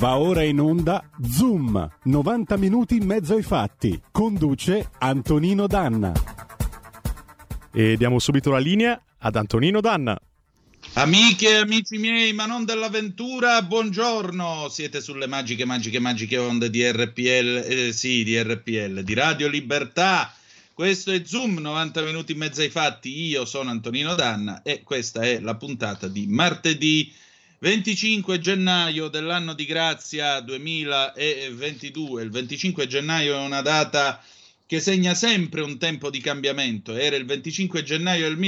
Va ora in onda Zoom, 90 minuti in mezzo ai fatti. Conduce Antonino Danna. E diamo subito la linea ad Antonino Danna. Amiche e amici miei, ma non dell'avventura, buongiorno. Siete sulle magiche onde di RPL, di RPL, di Radio Libertà. Questo è Zoom, 90 minuti in mezzo ai fatti. Io sono Antonino Danna e questa è la puntata di martedì 25 gennaio dell'anno di grazia 2022. Il 25 gennaio è una data che segna sempre un tempo di cambiamento. Era il 25 gennaio del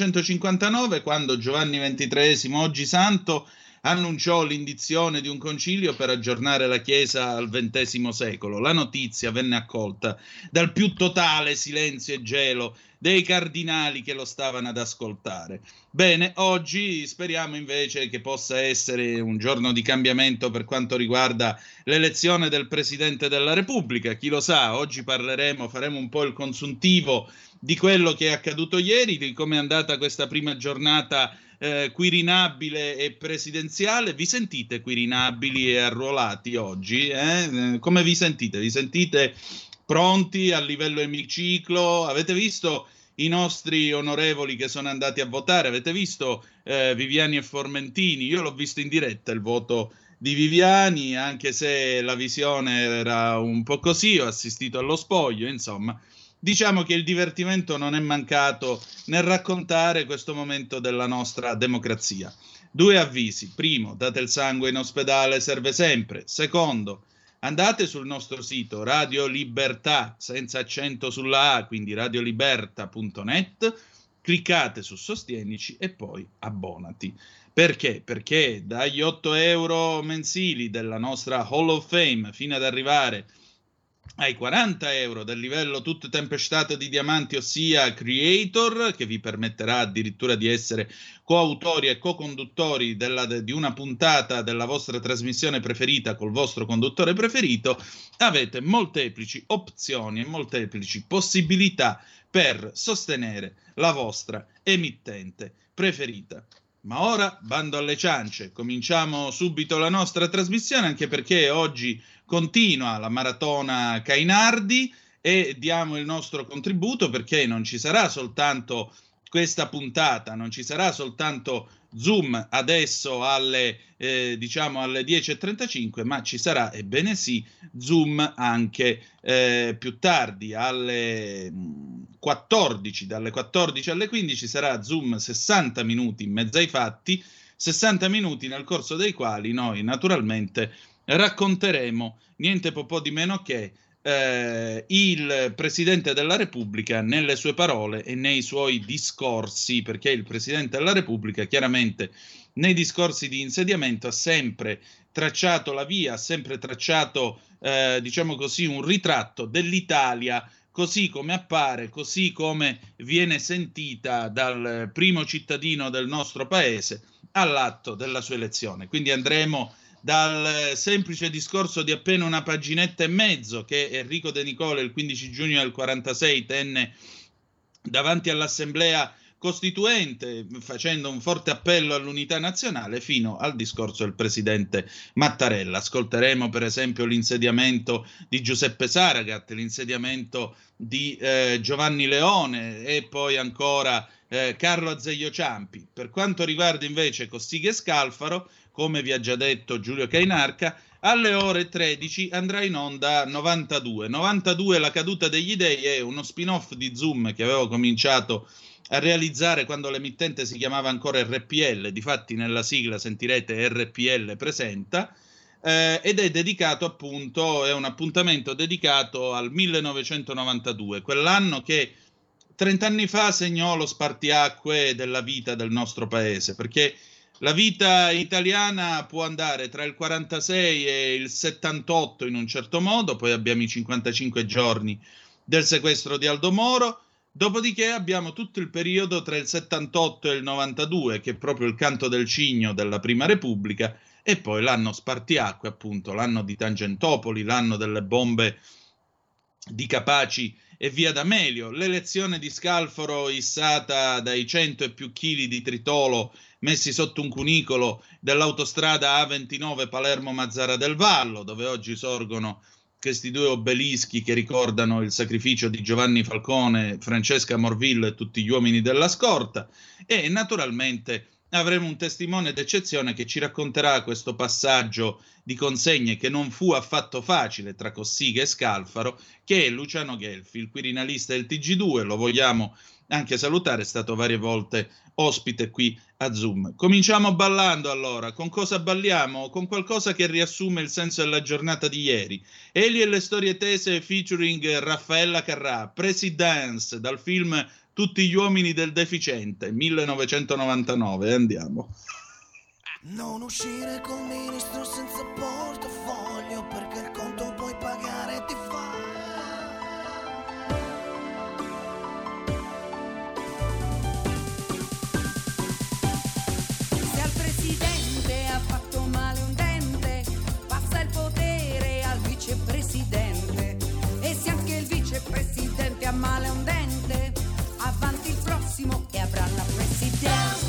1959 quando Giovanni XXIII, oggi santo, annunciò l'indizione di un concilio per aggiornare la Chiesa al XX secolo. La notizia venne accolta dal più totale silenzio e gelo dei cardinali che lo stavano ad ascoltare. Bene, oggi speriamo invece che possa essere un giorno di cambiamento per quanto riguarda l'elezione del Presidente della Repubblica. Chi lo sa, oggi faremo un po' il consuntivo di quello che è accaduto ieri, di come è andata questa prima giornata quirinabile e presidenziale. Vi sentite quirinabili e arruolati oggi? Come vi sentite? Vi sentite pronti a livello emiciclo? Avete visto i nostri onorevoli che sono andati a votare? Avete visto Viviani e Formentini? Io l'ho visto in diretta il voto di Viviani, anche se la visione era un po' così, ho assistito allo spoglio, insomma. Diciamo che il divertimento non è mancato nel raccontare questo momento della nostra democrazia. 2 avvisi. Primo, date il sangue in ospedale, serve sempre. Secondo, andate sul nostro sito Radio Libertà, senza accento sulla A, quindi radioliberta.net, cliccate su Sostienici e poi abbonati. Perché? Perché dagli 8 euro mensili della nostra Hall of Fame fino ad arrivare ai 40 euro del livello tutto tempestato di diamanti, ossia Creator, che vi permetterà addirittura di essere coautori e co-conduttori di una puntata della vostra trasmissione preferita col vostro conduttore preferito, avete molteplici opzioni e molteplici possibilità per sostenere la vostra emittente preferita. Ma ora bando alle ciance, cominciamo subito la nostra trasmissione, anche perché oggi continua la maratona Cainardi e diamo il nostro contributo, perché non ci sarà soltanto questa puntata, non ci sarà soltanto Zoom adesso alle 10.35, ma ci sarà, ebbene sì, Zoom anche più tardi, alle 14, dalle 14 alle 15 sarà Zoom 60 minuti in mezzo ai fatti, 60 minuti nel corso dei quali noi naturalmente racconteremo niente po' di meno che il Presidente della Repubblica nelle sue parole e nei suoi discorsi, perché il Presidente della Repubblica chiaramente nei discorsi di insediamento ha sempre tracciato la via, ha sempre tracciato diciamo così un ritratto dell'Italia così come appare, così come viene sentita dal primo cittadino del nostro paese all'atto della sua elezione. Quindi andremo dal semplice discorso di appena una paginetta e mezzo che Enrico De Nicola il 15 giugno del 46 tenne davanti all'Assemblea Costituente, facendo un forte appello all'unità nazionale, fino al discorso del presidente Mattarella. Ascolteremo per esempio l'insediamento di Giuseppe Saragat, l'insediamento di Giovanni Leone e poi ancora Carlo Azeglio Ciampi. Per quanto riguarda invece Cossiga e Scalfaro, come vi ha già detto Giulio Cainarca, alle ore 13 andrà in onda 92. 92 La caduta degli dei è uno spin-off di Zoom che avevo cominciato a realizzare quando l'emittente si chiamava ancora RPL, difatti nella sigla sentirete RPL presenta, ed è dedicato appunto, è un appuntamento dedicato al 1992, quell'anno che 30 anni fa segnò lo spartiacque della vita del nostro paese, perché la vita italiana può andare tra il 46 e il 78 in un certo modo, poi abbiamo i 55 giorni del sequestro di Aldo Moro, dopodiché abbiamo tutto il periodo tra il 78 e il 92, che è proprio il canto del cigno della Prima Repubblica, e poi l'anno spartiacque, appunto, l'anno di Tangentopoli, l'anno delle bombe di Capaci e via D'Amelio, l'elezione di Scalfaro issata dai 100 e più chili di tritolo messi sotto un cunicolo dell'autostrada A29 Palermo-Mazzara del Vallo, dove oggi sorgono questi due obelischi che ricordano il sacrificio di Giovanni Falcone, Francesca Morvillo e tutti gli uomini della scorta, e naturalmente avremo un testimone d'eccezione che ci racconterà questo passaggio di consegne che non fu affatto facile tra Cossiga e Scalfaro, che è Luciano Gelfi, il quirinalista del TG2, lo vogliamo anche salutare, è stato varie volte ospite qui a Zoom. Cominciamo ballando allora. Con cosa balliamo? Con qualcosa che riassume il senso della giornata di ieri. Eli e le storie tese featuring Raffaella Carrà, Presidence, dal film Tutti gli uomini del deficiente, 1999. Andiamo. Non uscire col ministro senza portafoglio, perché il conto puoi pagare ti fa. Se al presidente ha fatto male un dente, passa il potere al vicepresidente. E se anche il vicepresidente ha male un dente, avanti il prossimo e avrà la presidenza.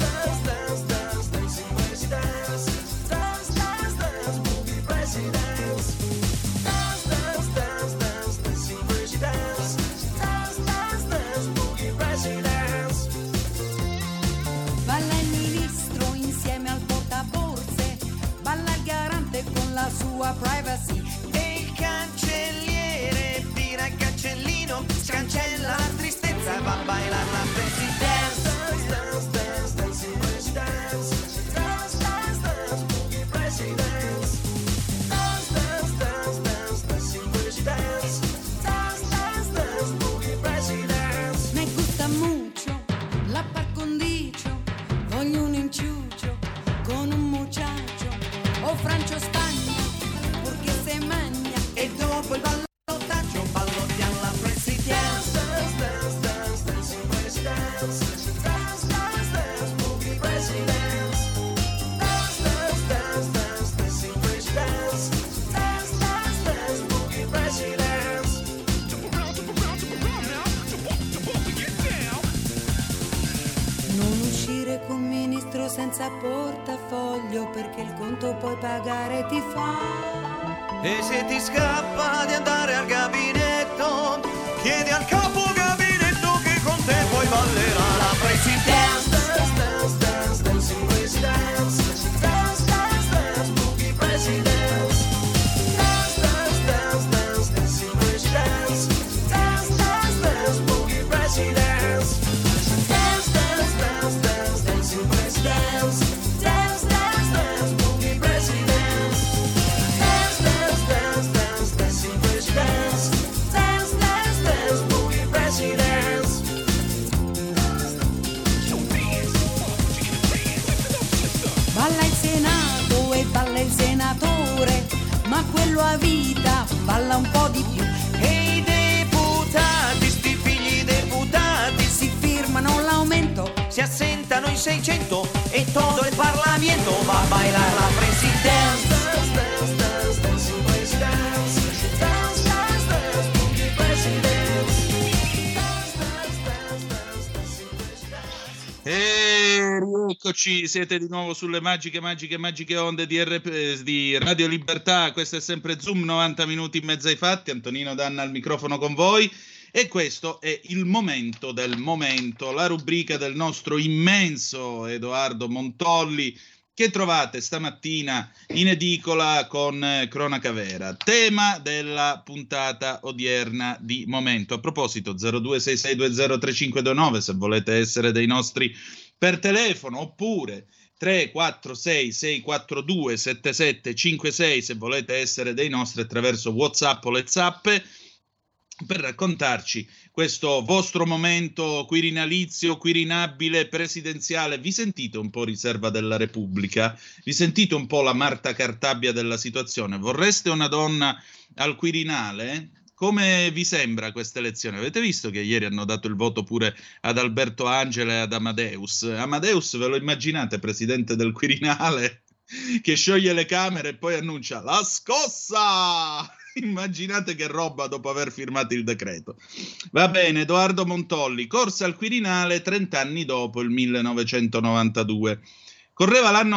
Balla il ministro insieme al portaborse, balla il garante con la sua privacy. E il cancelliere tira il cancellino, scancella la tristezza e va a bailare la presidenza. Me gusta mucho la par condicio, voglio un inciucio con un muchacho o Francio Spagna, porque se magna. E dopo il ballottaggio ballottiamo la presidenza. Non uscire con ministro senza portafoglio, perché il conto puoi pagare ti fa. E se ti scappa di andare al gabinetto, chiedi al capo gabinetto che con te poi ballerà la presidenza. Balla il Senato e balla il senatore, ma quello a vita balla un po' di più. E i deputati, sti figli deputati, Si firmano l'aumento, si assentano in 600 e tutto il Parlamento va a bailare la presidenza. E rieccoci, siete di nuovo sulle magiche onde di Radio Libertà. Questo è sempre Zoom, 90 minuti in mezzo ai fatti. Antonino Danna al microfono con voi. E questo è il momento del momento, la rubrica del nostro immenso Edoardo Montolli, che trovate stamattina in edicola con Cronaca Vera. Tema della puntata odierna di Momento. A proposito, 0266203529 se volete essere dei nostri per telefono, oppure 346 642 7756 se volete essere dei nostri attraverso WhatsApp o le zappe, per raccontarci questo vostro momento quirinalizio, quirinabile, presidenziale. Vi sentite un po' riserva della Repubblica? Vi sentite un po' la Marta Cartabia della situazione? Vorreste una donna al Quirinale? Come vi sembra questa elezione? Avete visto che ieri hanno dato il voto pure ad Alberto Angela e ad Amadeus? Amadeus, ve lo immaginate presidente del Quirinale? che scioglie le Camere e poi annuncia la scossa. Immaginate che roba dopo aver firmato il decreto. Va bene, Edoardo Montolli, corsa al Quirinale 30 anni dopo il 1992. Correva l'anno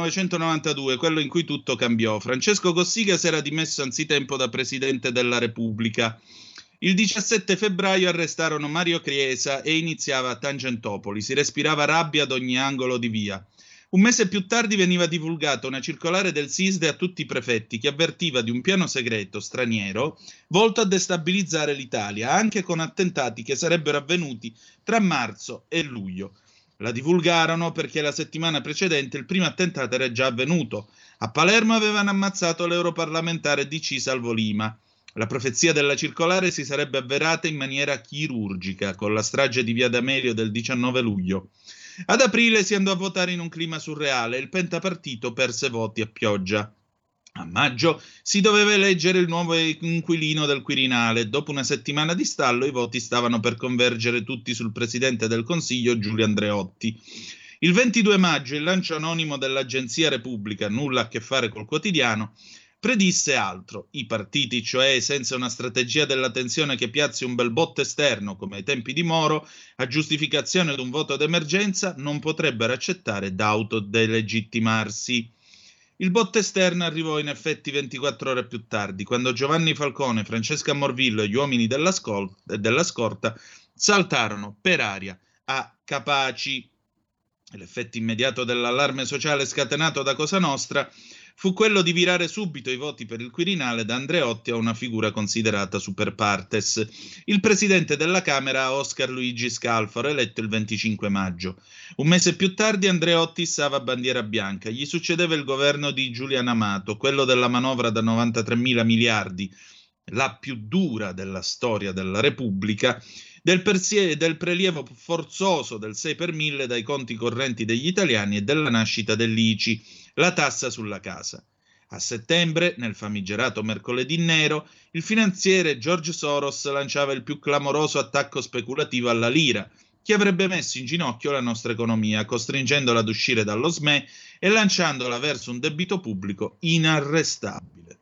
1992, quello in cui tutto cambiò. Francesco Cossiga si era dimesso anzitempo da Presidente della Repubblica. Il 17 febbraio arrestarono Mario Chiesa e iniziava a Tangentopoli. Si respirava rabbia ad ogni angolo di via. Un mese più tardi veniva divulgata una circolare del SISDE a tutti i prefetti che avvertiva di un piano segreto straniero volto a destabilizzare l'Italia, anche con attentati che sarebbero avvenuti tra marzo e luglio. La divulgarono perché la settimana precedente il primo attentato era già avvenuto. A Palermo avevano ammazzato l'europarlamentare DC Salvo Lima. La profezia della circolare si sarebbe avverata in maniera chirurgica con la strage di Via D'Amelio del 19 luglio. Ad aprile si andò a votare in un clima surreale e il pentapartito perse voti a pioggia. A maggio si doveva eleggere il nuovo inquilino del Quirinale. Dopo una settimana di stallo i voti stavano per convergere tutti sul Presidente del Consiglio Giulio Andreotti. Il 22 maggio il lancio anonimo dell'Agenzia Repubblica, nulla a che fare col quotidiano, predisse altro. I partiti, cioè, senza una strategia della tensione che piazzi un bel botto esterno, come ai tempi di Moro, a giustificazione di un voto d'emergenza, non potrebbero accettare d'autodelegittimarsi. Il botto esterno arrivò in effetti 24 ore più tardi, quando Giovanni Falcone, Francesca Morvillo e gli uomini della scorta saltarono per aria a Capaci. L'effetto immediato dell'allarme sociale scatenato da Cosa Nostra fu quello di virare subito i voti per il Quirinale da Andreotti a una figura considerata super partes, il presidente della Camera Oscar Luigi Scalfaro, eletto il 25 maggio. Un mese più tardi Andreotti issava bandiera bianca, gli succedeva il governo di Giuliano Amato, quello della manovra da 93.000 miliardi, la più dura della storia della Repubblica, del prelievo forzoso del 6 per 1000 dai conti correnti degli italiani e della nascita dell'ICI, la tassa sulla casa. A settembre, nel famigerato mercoledì nero, il finanziere George Soros lanciava il più clamoroso attacco speculativo alla lira, che avrebbe messo in ginocchio la nostra economia, costringendola ad uscire dallo SME e lanciandola verso un debito pubblico inarrestabile.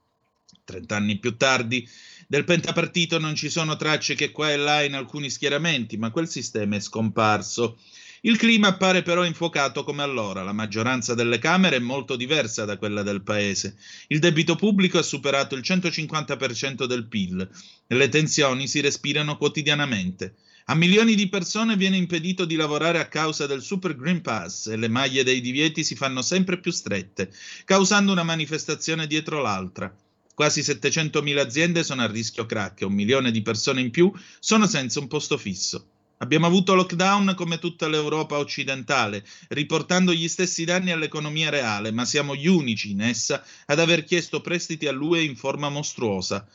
30 anni più tardi, del pentapartito non ci sono tracce che qua e là in alcuni schieramenti, ma quel sistema è scomparso. Il clima appare però infuocato come allora, la maggioranza delle Camere è molto diversa da quella del Paese. Il debito pubblico ha superato il 150% del PIL, le tensioni si respirano quotidianamente. A milioni di persone viene impedito di lavorare a causa del Super Green Pass e le maglie dei divieti si fanno sempre più strette, causando una manifestazione dietro l'altra. Quasi 700.000 aziende sono a rischio crack e 1 milione di persone in più sono senza un posto fisso. Abbiamo avuto lockdown come tutta l'Europa occidentale, riportando gli stessi danni all'economia reale, ma siamo gli unici in essa ad aver chiesto prestiti all'UE in forma mostruosa.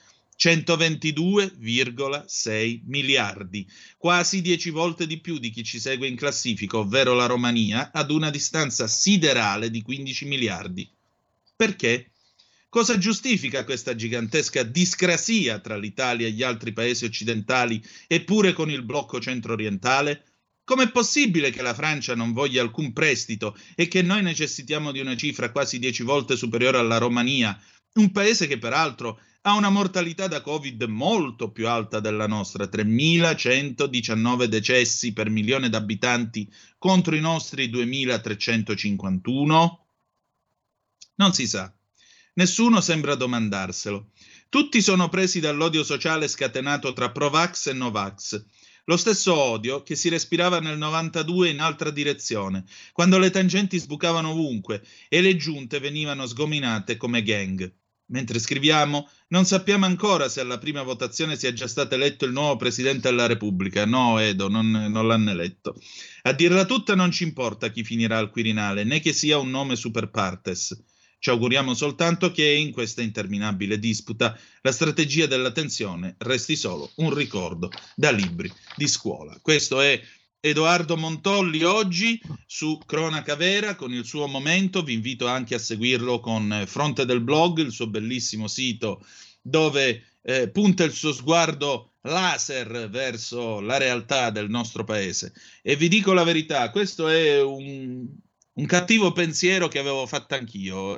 122,6 miliardi, quasi 10 volte di più di chi ci segue in classifica, ovvero la Romania, ad una distanza siderale di 15 miliardi. Perché? Cosa giustifica questa gigantesca discrasia tra l'Italia e gli altri paesi occidentali, eppure con il blocco centro-orientale? Com'è possibile che la Francia non voglia alcun prestito e che noi necessitiamo di una cifra quasi 10 volte superiore alla Romania, un paese che peraltro ha una mortalità da Covid molto più alta della nostra, 3.119 decessi per milione di abitanti contro i nostri 2.351? Non si sa. Nessuno sembra domandarselo. Tutti sono presi dall'odio sociale scatenato tra Provax e Novax. Lo stesso odio che si respirava nel 92 in altra direzione, quando le tangenti sbucavano ovunque e le giunte venivano sgominate come gang. Mentre scriviamo, non sappiamo ancora se alla prima votazione sia già stato eletto il nuovo Presidente della Repubblica. No, Edo, non l'hanno eletto. A dirla tutta non ci importa chi finirà al Quirinale, né che sia un nome super partes. Ci auguriamo soltanto che in questa interminabile disputa la strategia della tensione resti solo un ricordo da libri di scuola. Questo è Edoardo Montolli oggi su Cronaca Vera con il suo momento. Vi invito anche a seguirlo con Fronte del Blog, il suo bellissimo sito dove punta il suo sguardo laser verso la realtà del nostro paese. E vi dico la verità, questo è un Un cattivo pensiero che avevo fatto anch'io.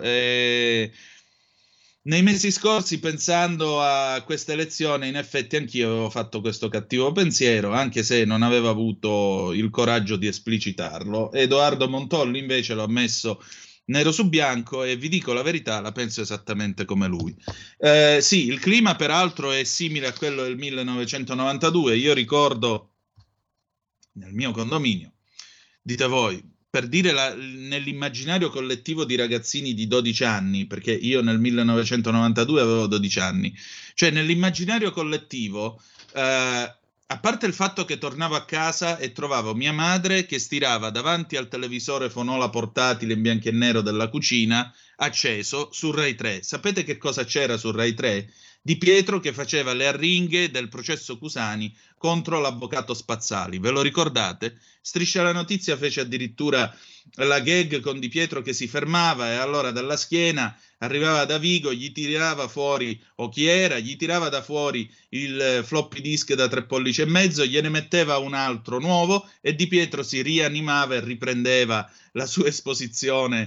Nei mesi scorsi, pensando a questa elezione, in effetti anch'io avevo fatto questo cattivo pensiero, anche se non avevo avuto il coraggio di esplicitarlo. Edoardo Montolli invece l'ho messo nero su bianco e vi dico la verità, la penso esattamente come lui. Sì, il clima peraltro è simile a quello del 1992. Io ricordo nel mio condominio, dite voi, per dire nell'immaginario collettivo di ragazzini di 12 anni, perché io nel 1992 avevo 12 anni, cioè nell'immaginario collettivo, a parte il fatto che tornavo a casa e trovavo mia madre che stirava davanti al televisore fonola portatile in bianco e nero della cucina, acceso, su Rai 3. Sapete che cosa c'era su Rai 3? Di Pietro che faceva le arringhe del processo Cusani contro l'avvocato Spazzali. Ve lo ricordate? Striscia la Notizia fece addirittura la gag con Di Pietro che si fermava e allora dalla schiena arrivava Davigo, gli tirava fuori, o chi era, gli tirava da fuori il floppy disk da 3,5 pollici, gliene metteva un altro nuovo e Di Pietro si rianimava e riprendeva la sua esposizione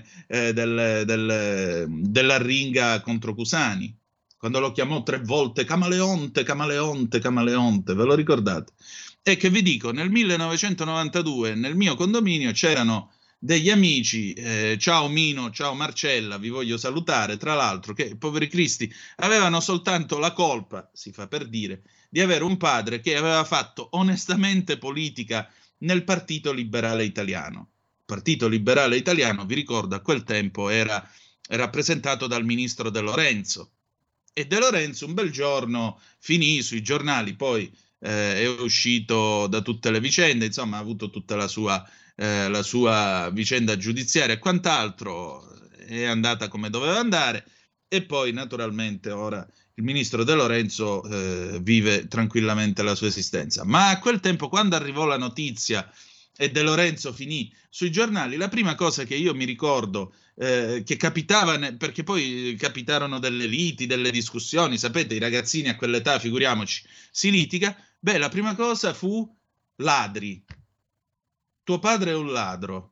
dell'arringa contro Cusani. Quando lo chiamò 3 volte Camaleonte, Camaleonte, Camaleonte, ve lo ricordate? E che vi dico, nel 1992 nel mio condominio c'erano degli amici, ciao Mino, ciao Marcella, vi voglio salutare, tra l'altro, che poveri cristi avevano soltanto la colpa, si fa per dire, di avere un padre che aveva fatto onestamente politica nel Partito Liberale Italiano. Il Partito Liberale Italiano, vi ricordo, a quel tempo era rappresentato dal ministro De Lorenzo. E De Lorenzo un bel giorno finì sui giornali, poi è uscito da tutte le vicende, insomma ha avuto tutta la sua vicenda giudiziaria e quant'altro, è andata come doveva andare e poi naturalmente ora il ministro De Lorenzo vive tranquillamente la sua esistenza. Ma a quel tempo, quando arrivò la notizia e De Lorenzo finì sui giornali, la prima cosa che io mi ricordo che capitava, perché poi capitarono delle liti, delle discussioni, sapete, i ragazzini a quell'età, figuriamoci, si litiga, la prima cosa fu ladri, tuo padre è un ladro,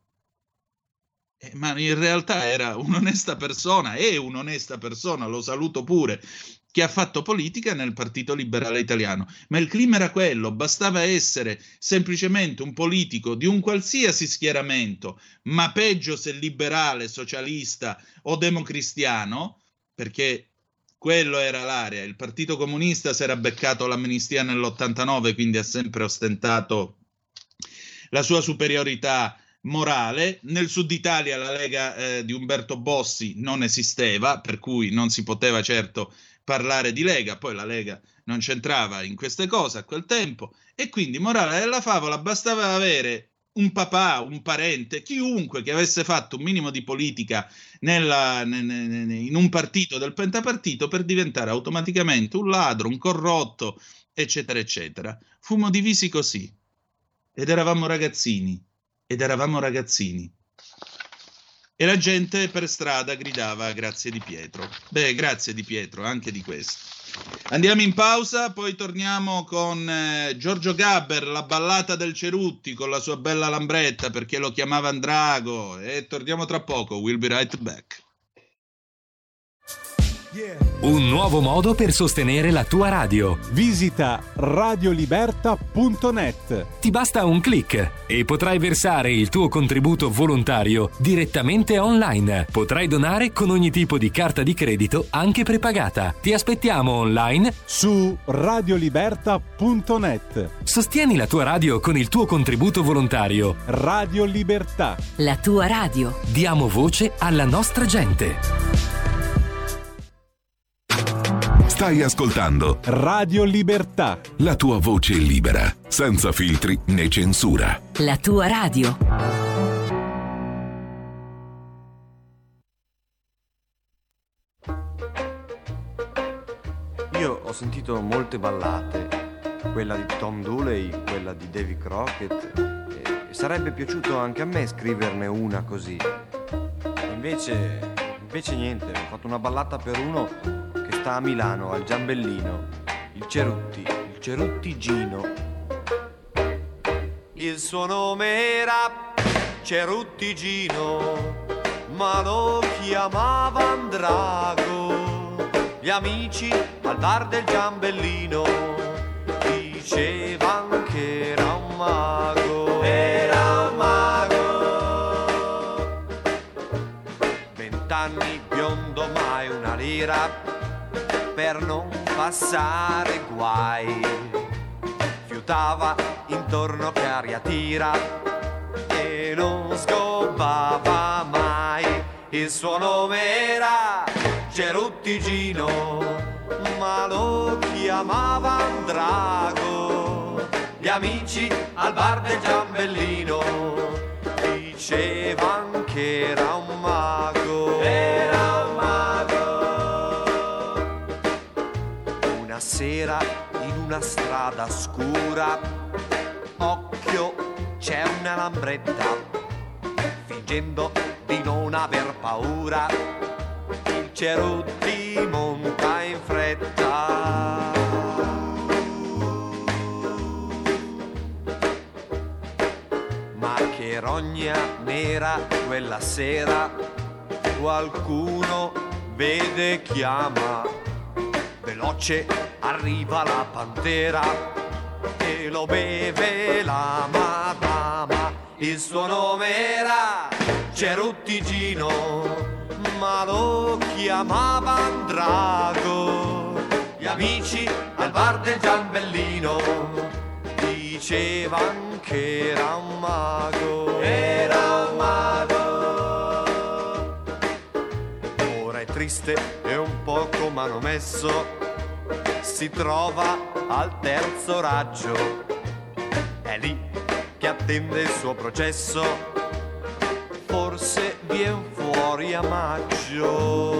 ma in realtà era un'onesta persona, è un'onesta persona, lo saluto pure, che ha fatto politica nel Partito Liberale Italiano, ma il clima era quello, bastava essere semplicemente un politico di un qualsiasi schieramento, ma peggio se liberale, socialista o democristiano, perché quello era l'area. Il Partito Comunista si era beccato l'amnistia nell'89, quindi ha sempre ostentato la sua superiorità morale. Nel Sud Italia la Lega di Umberto Bossi non esisteva, per cui non si poteva certo parlare di Lega, poi la Lega non c'entrava in queste cose a quel tempo, e quindi, morale della favola, bastava avere un papà, un parente, chiunque che avesse fatto un minimo di politica in un partito del pentapartito per diventare automaticamente un ladro, un corrotto, eccetera, eccetera. Fummo divisi così, ed eravamo ragazzini. E la gente per strada gridava grazie Di Pietro. Grazie Di Pietro, anche di questo. Andiamo in pausa, poi torniamo con Giorgio Gabber, la ballata del Cerutti, con la sua bella lambretta, perché lo chiamavano Drago, e torniamo tra poco. We'll be right back. Un nuovo modo per sostenere la tua radio. Visita radioliberta.net. Ti basta un click e potrai versare il tuo contributo volontario direttamente online. Potrai donare con ogni tipo di carta di credito, anche prepagata. Ti aspettiamo online su radioliberta.net. Sostieni la tua radio con il tuo contributo volontario. Radio Libertà. La tua radio. Diamo voce alla nostra gente. Stai ascoltando Radio Libertà, la tua voce libera, senza filtri né censura. La tua radio. Io ho sentito molte ballate, quella di Tom Dooley, quella di Davy Crockett, e sarebbe piaciuto anche a me scriverne una così. Invece niente, ho fatto una ballata per uno che sta a Milano, al Giambellino, il Cerutti Gino. Il suo nome era Ceruttigino, ma lo chiamavano Drago. Gli amici al bar del Giambellino dicevano che era un mago. Era un mago. 20 anni biondo, mai una lira per non passare guai. Fiutava intorno che aria tira e non sgobbava mai. Il suo nome era Ceruttigino, ma lo chiamavano Drago. Gli amici al bar del Giambellino dicevano che era un mago. Era un mago. Una sera in una strada scura, occhio, c'è una lambretta, fingendo di non aver paura, il Cerutti monta in fretta. Ma che rogna nera quella sera, qualcuno vede, chiama, veloce arriva la pantera e lo beve la madama. Il suo nome era Ceruttigino, ma lo chiamavano Drago. Gli amici al bar del Giambellino dicevano che era un mago. Era un mago. Ora è triste e un poco manomesso, si trova al terzo raggio, è lì che attende il suo processo, forse vien fuori a maggio.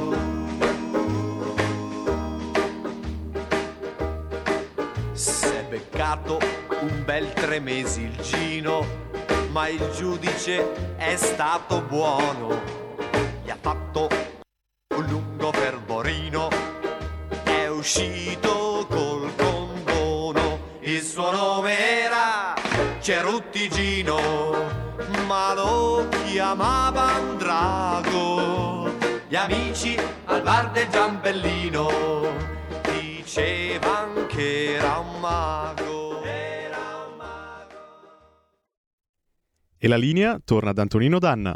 S'è beccato un bel 3 mesi il Gino, ma il giudice è stato buono, gli ha fatto un lungo fervorino, è uscito col condono. Il suo nome era Ceruttigino, ma lo chiamavano Drago. Gli amici al bar del Giambellino dicevano che era un mago. Era un mago. E la linea torna ad Antonino Danna.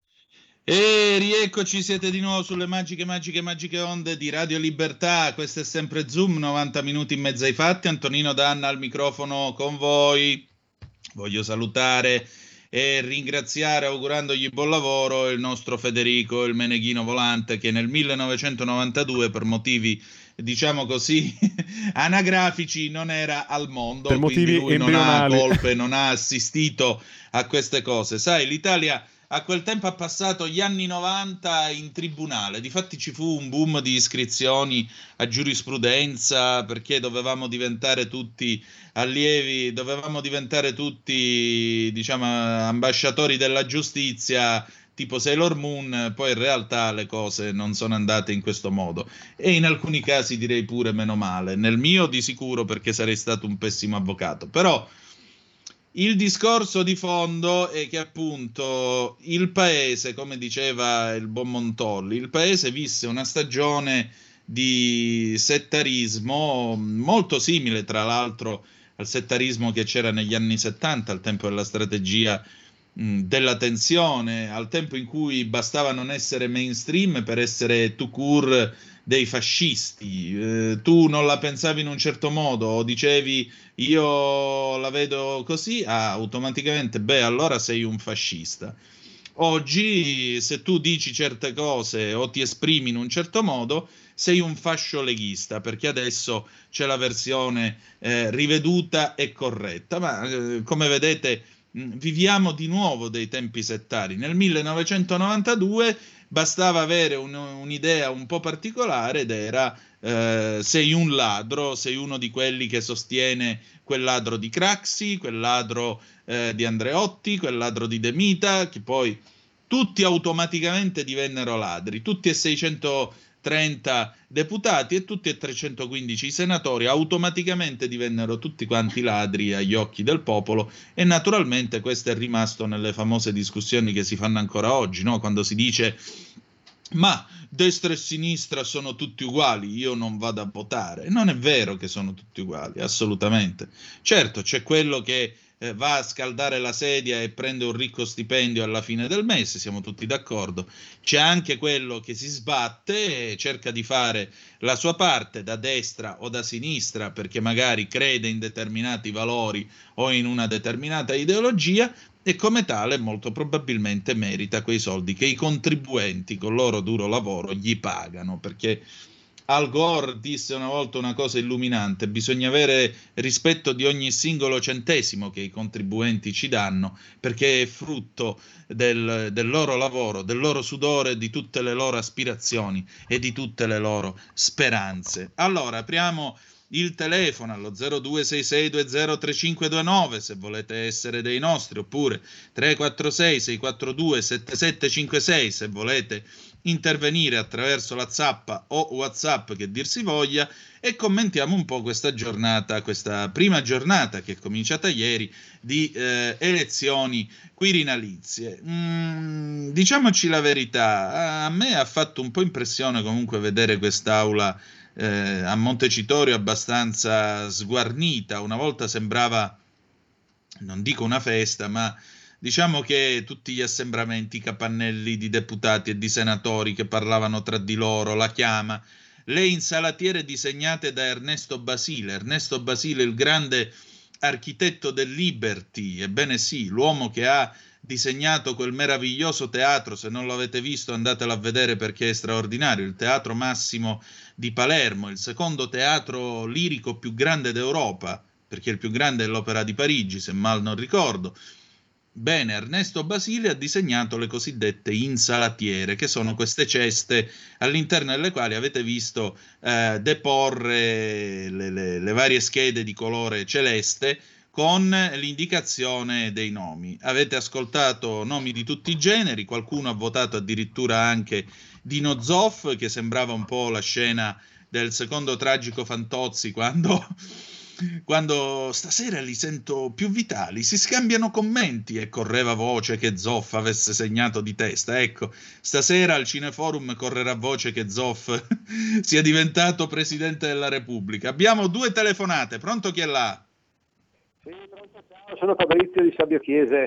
E rieccoci, siete di nuovo sulle magiche onde di Radio Libertà. Questo è sempre Zoom, 90 minuti in mezzo ai fatti. Antonino Danna al microfono con voi. Voglio salutare e ringraziare, augurandogli buon lavoro, il nostro Federico, il Meneghino Volante, che nel 1992 per motivi, diciamo così, anagrafici non era al mondo, per quindi motivi lui non ha embrionali. colpe, non ha assistito a queste cose. Sai, l'Italia a quel tempo ha passato gli anni 90 in tribunale, difatti ci fu un boom di iscrizioni a giurisprudenza, perché dovevamo diventare tutti allievi, dovevamo diventare tutti, diciamo, ambasciatori della giustizia, tipo Sailor Moon. Poi in realtà le cose non sono andate in questo modo, e in alcuni casi direi pure meno male, nel mio di sicuro, perché sarei stato un pessimo avvocato. Però il discorso di fondo è che appunto il paese, come diceva il buon Montolli, il paese visse una stagione di settarismo molto simile tra l'altro al settarismo che c'era negli anni 70, al tempo della strategia della tensione, al tempo in cui bastava non essere mainstream per essere tout court dei fascisti. Tu non la pensavi in un certo modo o dicevi io la vedo così, automaticamente allora sei un fascista. Oggi se tu dici certe cose o ti esprimi in un certo modo sei un fascio leghista, perché adesso c'è la versione riveduta e corretta, ma come vedete viviamo di nuovo dei tempi settari. Nel 1992 bastava avere un'idea un po' particolare ed era sei un ladro, sei uno di quelli che sostiene quel ladro di Craxi, quel ladro di Andreotti, quel ladro di De Mita, che poi tutti automaticamente divennero ladri, tutti e 600 30 deputati e tutti e 315 i senatori automaticamente divennero tutti quanti ladri agli occhi del popolo, e naturalmente questo è rimasto nelle famose discussioni che si fanno ancora oggi, no? Quando si dice: ma destra e sinistra sono tutti uguali, io non vado a votare. Non è vero che sono tutti uguali, assolutamente. Certo, c'è quello che va a scaldare la sedia e prende un ricco stipendio alla fine del mese, siamo tutti d'accordo. C'è anche quello che si sbatte e cerca di fare la sua parte da destra o da sinistra perché magari crede in determinati valori o in una determinata ideologia, e come tale molto probabilmente merita quei soldi che i contribuenti col loro duro lavoro gli pagano, perché Al Gore disse una volta una cosa illuminante: bisogna avere rispetto di ogni singolo centesimo che i contribuenti ci danno, perché è frutto del loro lavoro, del loro sudore, di tutte le loro aspirazioni e di tutte le loro speranze. Allora, apriamo il telefono allo 0266203529 se volete essere dei nostri, oppure 346-642-7756 se volete intervenire attraverso la zappa o WhatsApp che dir si voglia, e commentiamo un po' questa giornata, questa prima giornata che è cominciata ieri di elezioni quirinalizie. Diciamoci la verità, a me ha fatto un po' impressione comunque vedere quest'aula a Montecitorio abbastanza sguarnita. Una volta sembrava, non dico una festa, ma diciamo che tutti gli assembramenti, i capannelli di deputati e di senatori che parlavano tra di loro, la chiama, le insalatiere disegnate da Ernesto Basile, il grande architetto del Liberty, ebbene sì, l'uomo che ha disegnato quel meraviglioso teatro. Se non lo avete visto andatelo a vedere perché è straordinario, il Teatro Massimo di Palermo, il secondo teatro lirico più grande d'Europa, perché il più grande è l'Opera di Parigi, se mal non ricordo. Bene, Ernesto Basile ha disegnato le cosiddette insalatiere, che sono queste ceste all'interno delle quali avete visto deporre le varie schede di colore celeste con l'indicazione dei nomi. Avete ascoltato nomi di tutti i generi, qualcuno ha votato addirittura anche Dino Zoff, che sembrava un po' la scena del secondo tragico Fantozzi, quando stasera li sento più vitali, si scambiano commenti, e correva voce che Zoff avesse segnato di testa. Ecco, stasera al Cineforum correrà voce che Zoff sia diventato Presidente della Repubblica. Abbiamo 2 telefonate, pronto, chi è là? Sì, pronto, ciao, sono Fabrizio di Sabio Chiese.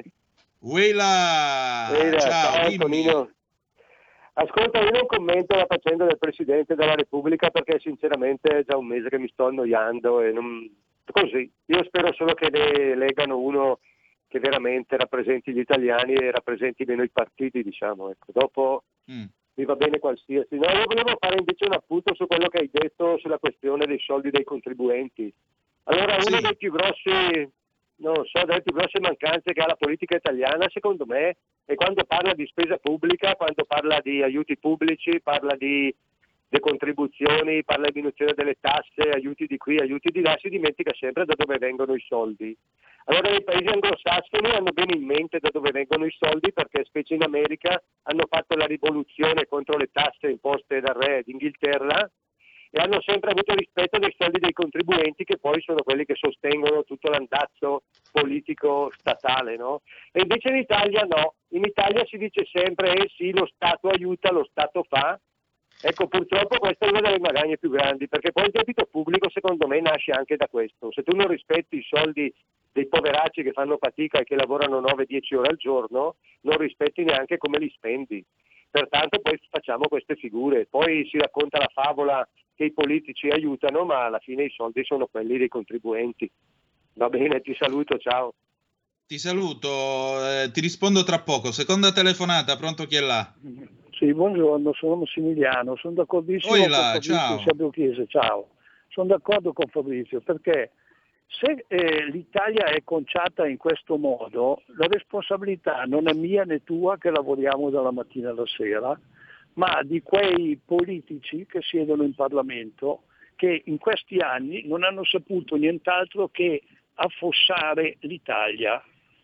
Ciao, Antonino. Ascolta, io non commento la faccenda del Presidente della Repubblica perché sinceramente è già un mese che mi sto annoiando e non... così. Io spero solo che ne elegano uno che veramente rappresenti gli italiani e rappresenti meno i partiti, diciamo. Ecco. Dopo mi va bene qualsiasi. No, io volevo fare invece un appunto su quello che hai detto sulla questione dei soldi dei contribuenti. Allora, una delle più grosse, delle più grosse mancanze che ha la politica italiana, secondo me, è quando parla di spesa pubblica, quando parla di aiuti pubblici, parla di decontribuzioni, parla di diminuzione delle tasse, aiuti di qui, aiuti di là, si dimentica sempre da dove vengono i soldi. Allora, nei paesi anglosassoni hanno bene in mente da dove vengono i soldi, perché specie in America hanno fatto la rivoluzione contro le tasse imposte dal re d'Inghilterra, e hanno sempre avuto rispetto dei soldi dei contribuenti, che poi sono quelli che sostengono tutto l'andazzo politico statale, no? E invece in Italia no, in Italia si dice sempre sì, lo Stato aiuta, lo Stato fa. Ecco, purtroppo questa è una delle magagne più grandi, perché poi il debito pubblico secondo me nasce anche da questo. Se tu non rispetti i soldi dei poveracci che fanno fatica e che lavorano 9-10 ore al giorno, non rispetti neanche come li spendi. Pertanto poi facciamo queste figure, poi si racconta la favola che i politici aiutano, ma alla fine i soldi sono quelli dei contribuenti. Va bene, ti saluto, ciao. Ti saluto, ti rispondo tra poco. Seconda telefonata, pronto, chi è là? Sì, buongiorno, sono Massimiliano, sono d'accordissimo con Fabrizio Sabio Chiese, ciao. Sono d'accordo con Fabrizio, perché se l'Italia è conciata in questo modo, la responsabilità non è mia né tua che lavoriamo dalla mattina alla sera, ma di quei politici che siedono in Parlamento, che in questi anni non hanno saputo nient'altro che affossare l'Italia.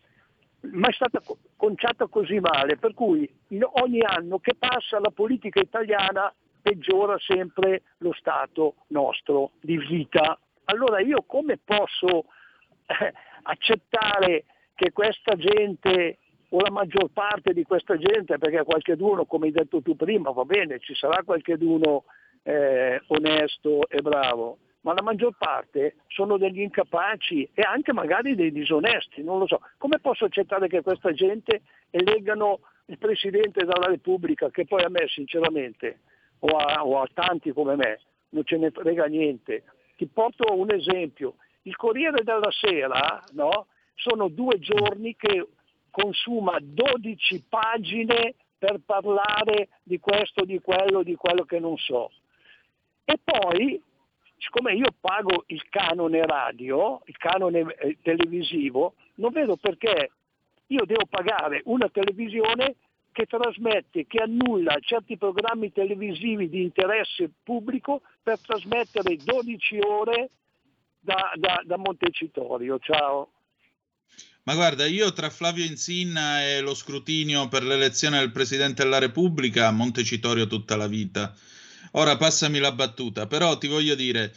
Ma è stata conciata così male, per cui ogni anno che passa la politica italiana peggiora sempre lo stato nostro di vita. Allora io come posso accettare che questa gente, o la maggior parte di questa gente, perché qualcheduno, come hai detto tu prima, va bene, ci sarà qualcheduno onesto e bravo, ma la maggior parte sono degli incapaci e anche magari dei disonesti, non lo so. Come posso accettare che questa gente eleggano il Presidente della Repubblica, che poi a me sinceramente, o a tanti come me, non ce ne frega niente? Ti porto un esempio. Il Corriere della Sera, no? Sono 2 giorni che consuma 12 pagine per parlare di questo, di quello che non so. E poi, siccome io pago il canone radio, il canone televisivo, non vedo perché io devo pagare una televisione che trasmette, che annulla certi programmi televisivi di interesse pubblico per trasmettere 12 ore da Montecitorio. Ciao. Ma guarda, io tra Flavio Insinna e lo scrutinio per l'elezione del Presidente della Repubblica, Montecitorio tutta la vita. Ora passami la battuta, però ti voglio dire,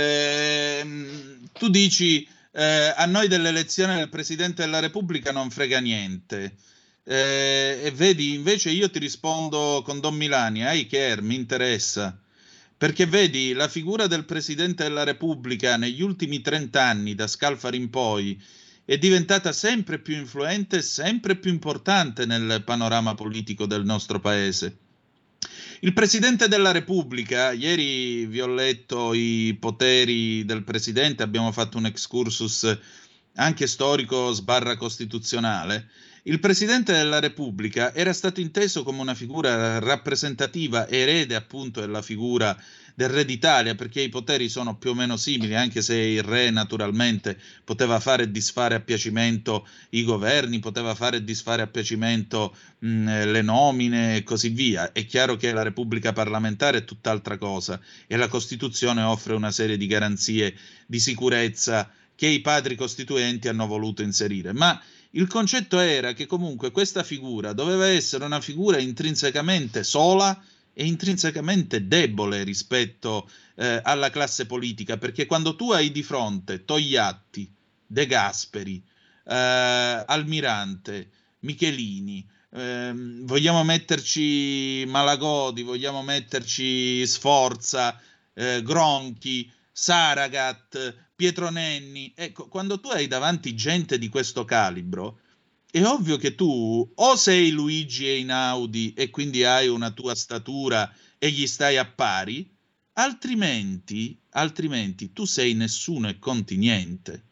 tu dici a noi dell'elezione del Presidente della Repubblica non frega niente, e vedi, invece io ti rispondo con Don Milani, mi interessa, perché vedi, la figura del Presidente della Repubblica negli ultimi 30 anni, da Scalfari in poi, è diventata sempre più influente e sempre più importante nel panorama politico del nostro paese. Il Presidente della Repubblica, ieri vi ho letto i poteri del Presidente, abbiamo fatto un excursus anche storico / costituzionale. Il Presidente della Repubblica era stato inteso come una figura rappresentativa, erede appunto della figura del Re d'Italia, perché i poteri sono più o meno simili, anche se il Re naturalmente poteva fare e disfare a piacimento i governi, poteva fare e disfare a piacimento le nomine e così via. È chiaro che la Repubblica parlamentare è tutt'altra cosa e la Costituzione offre una serie di garanzie di sicurezza che i padri costituenti hanno voluto inserire, ma il concetto era che comunque questa figura doveva essere una figura intrinsecamente sola e intrinsecamente debole rispetto alla classe politica, perché quando tu hai di fronte Togliatti, De Gasperi, Almirante, Michelini, vogliamo metterci Malagodi, vogliamo metterci Sforza, Gronchi, Saragat, Pietro Nenni, ecco, quando tu hai davanti gente di questo calibro, è ovvio che tu o sei Luigi Einaudi e quindi hai una tua statura e gli stai a pari, altrimenti tu sei nessuno e conti niente.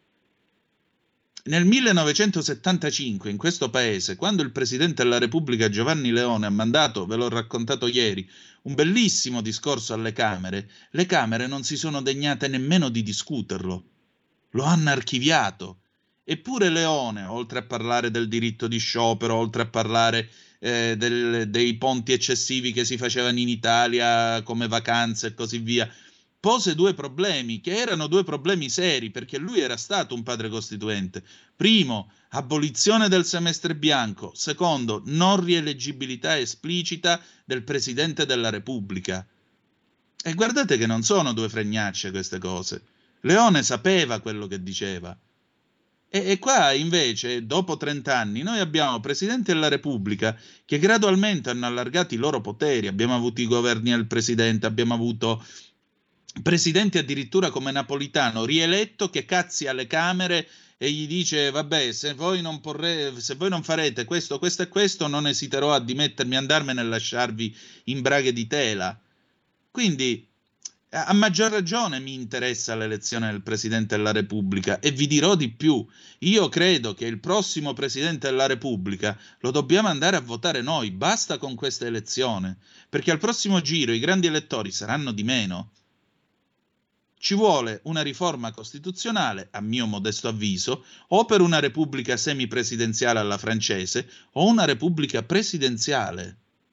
Nel 1975 in questo paese, quando il Presidente della Repubblica Giovanni Leone ha mandato, ve l'ho raccontato ieri, un bellissimo discorso alle Camere, le Camere non si sono degnate nemmeno di discuterlo, lo hanno archiviato. Eppure Leone, oltre a parlare del diritto di sciopero, oltre a parlare dei ponti eccessivi che si facevano in Italia come vacanze e così via, pose 2 problemi, che erano 2 problemi seri, perché lui era stato un padre costituente. Primo, abolizione del semestre bianco. Secondo, non rieleggibilità esplicita del Presidente della Repubblica. E guardate che non sono 2 fregnacce queste cose. Leone sapeva quello che diceva. E qua invece, dopo 30 anni, noi abbiamo Presidenti della Repubblica che gradualmente hanno allargato i loro poteri. Abbiamo avuto i governi al Presidente, abbiamo avuto presidenti addirittura come Napolitano, rieletto, che cazzi alle Camere e gli dice vabbè, se voi non farete questo, questo e questo, non esiterò a dimettermi, andarmene e lasciarvi in braghe di tela. Quindi a maggior ragione mi interessa l'elezione del Presidente della Repubblica e vi dirò di più, io credo che il prossimo Presidente della Repubblica lo dobbiamo andare a votare noi, basta con questa elezione, perché al prossimo giro i grandi elettori saranno di meno. Ci vuole una riforma costituzionale, a mio modesto avviso, o per una repubblica semipresidenziale alla francese o una repubblica presidenziale.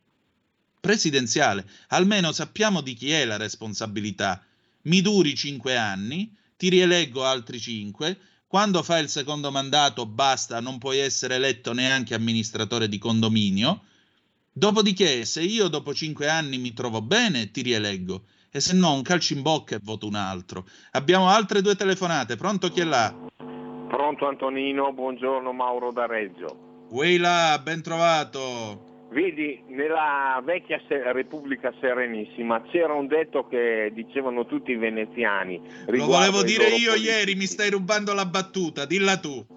Almeno sappiamo di chi è la responsabilità. Mi duri 5 anni, ti rieleggo altri 5, quando fai il secondo mandato basta, non puoi essere eletto neanche amministratore di condominio, Dopodiché, se io dopo 5 anni mi trovo bene, ti rieleggo, e se no un calcio in bocca e voto un altro. Abbiamo altre 2 telefonate. Pronto, chi è là? Pronto Antonino, buongiorno, Mauro da Reggio. Uè là, ben trovato. Vedi, nella vecchia Repubblica Serenissima c'era un detto che dicevano tutti i veneziani. Lo volevo dire io ieri, mi stai rubando la battuta, dilla tu.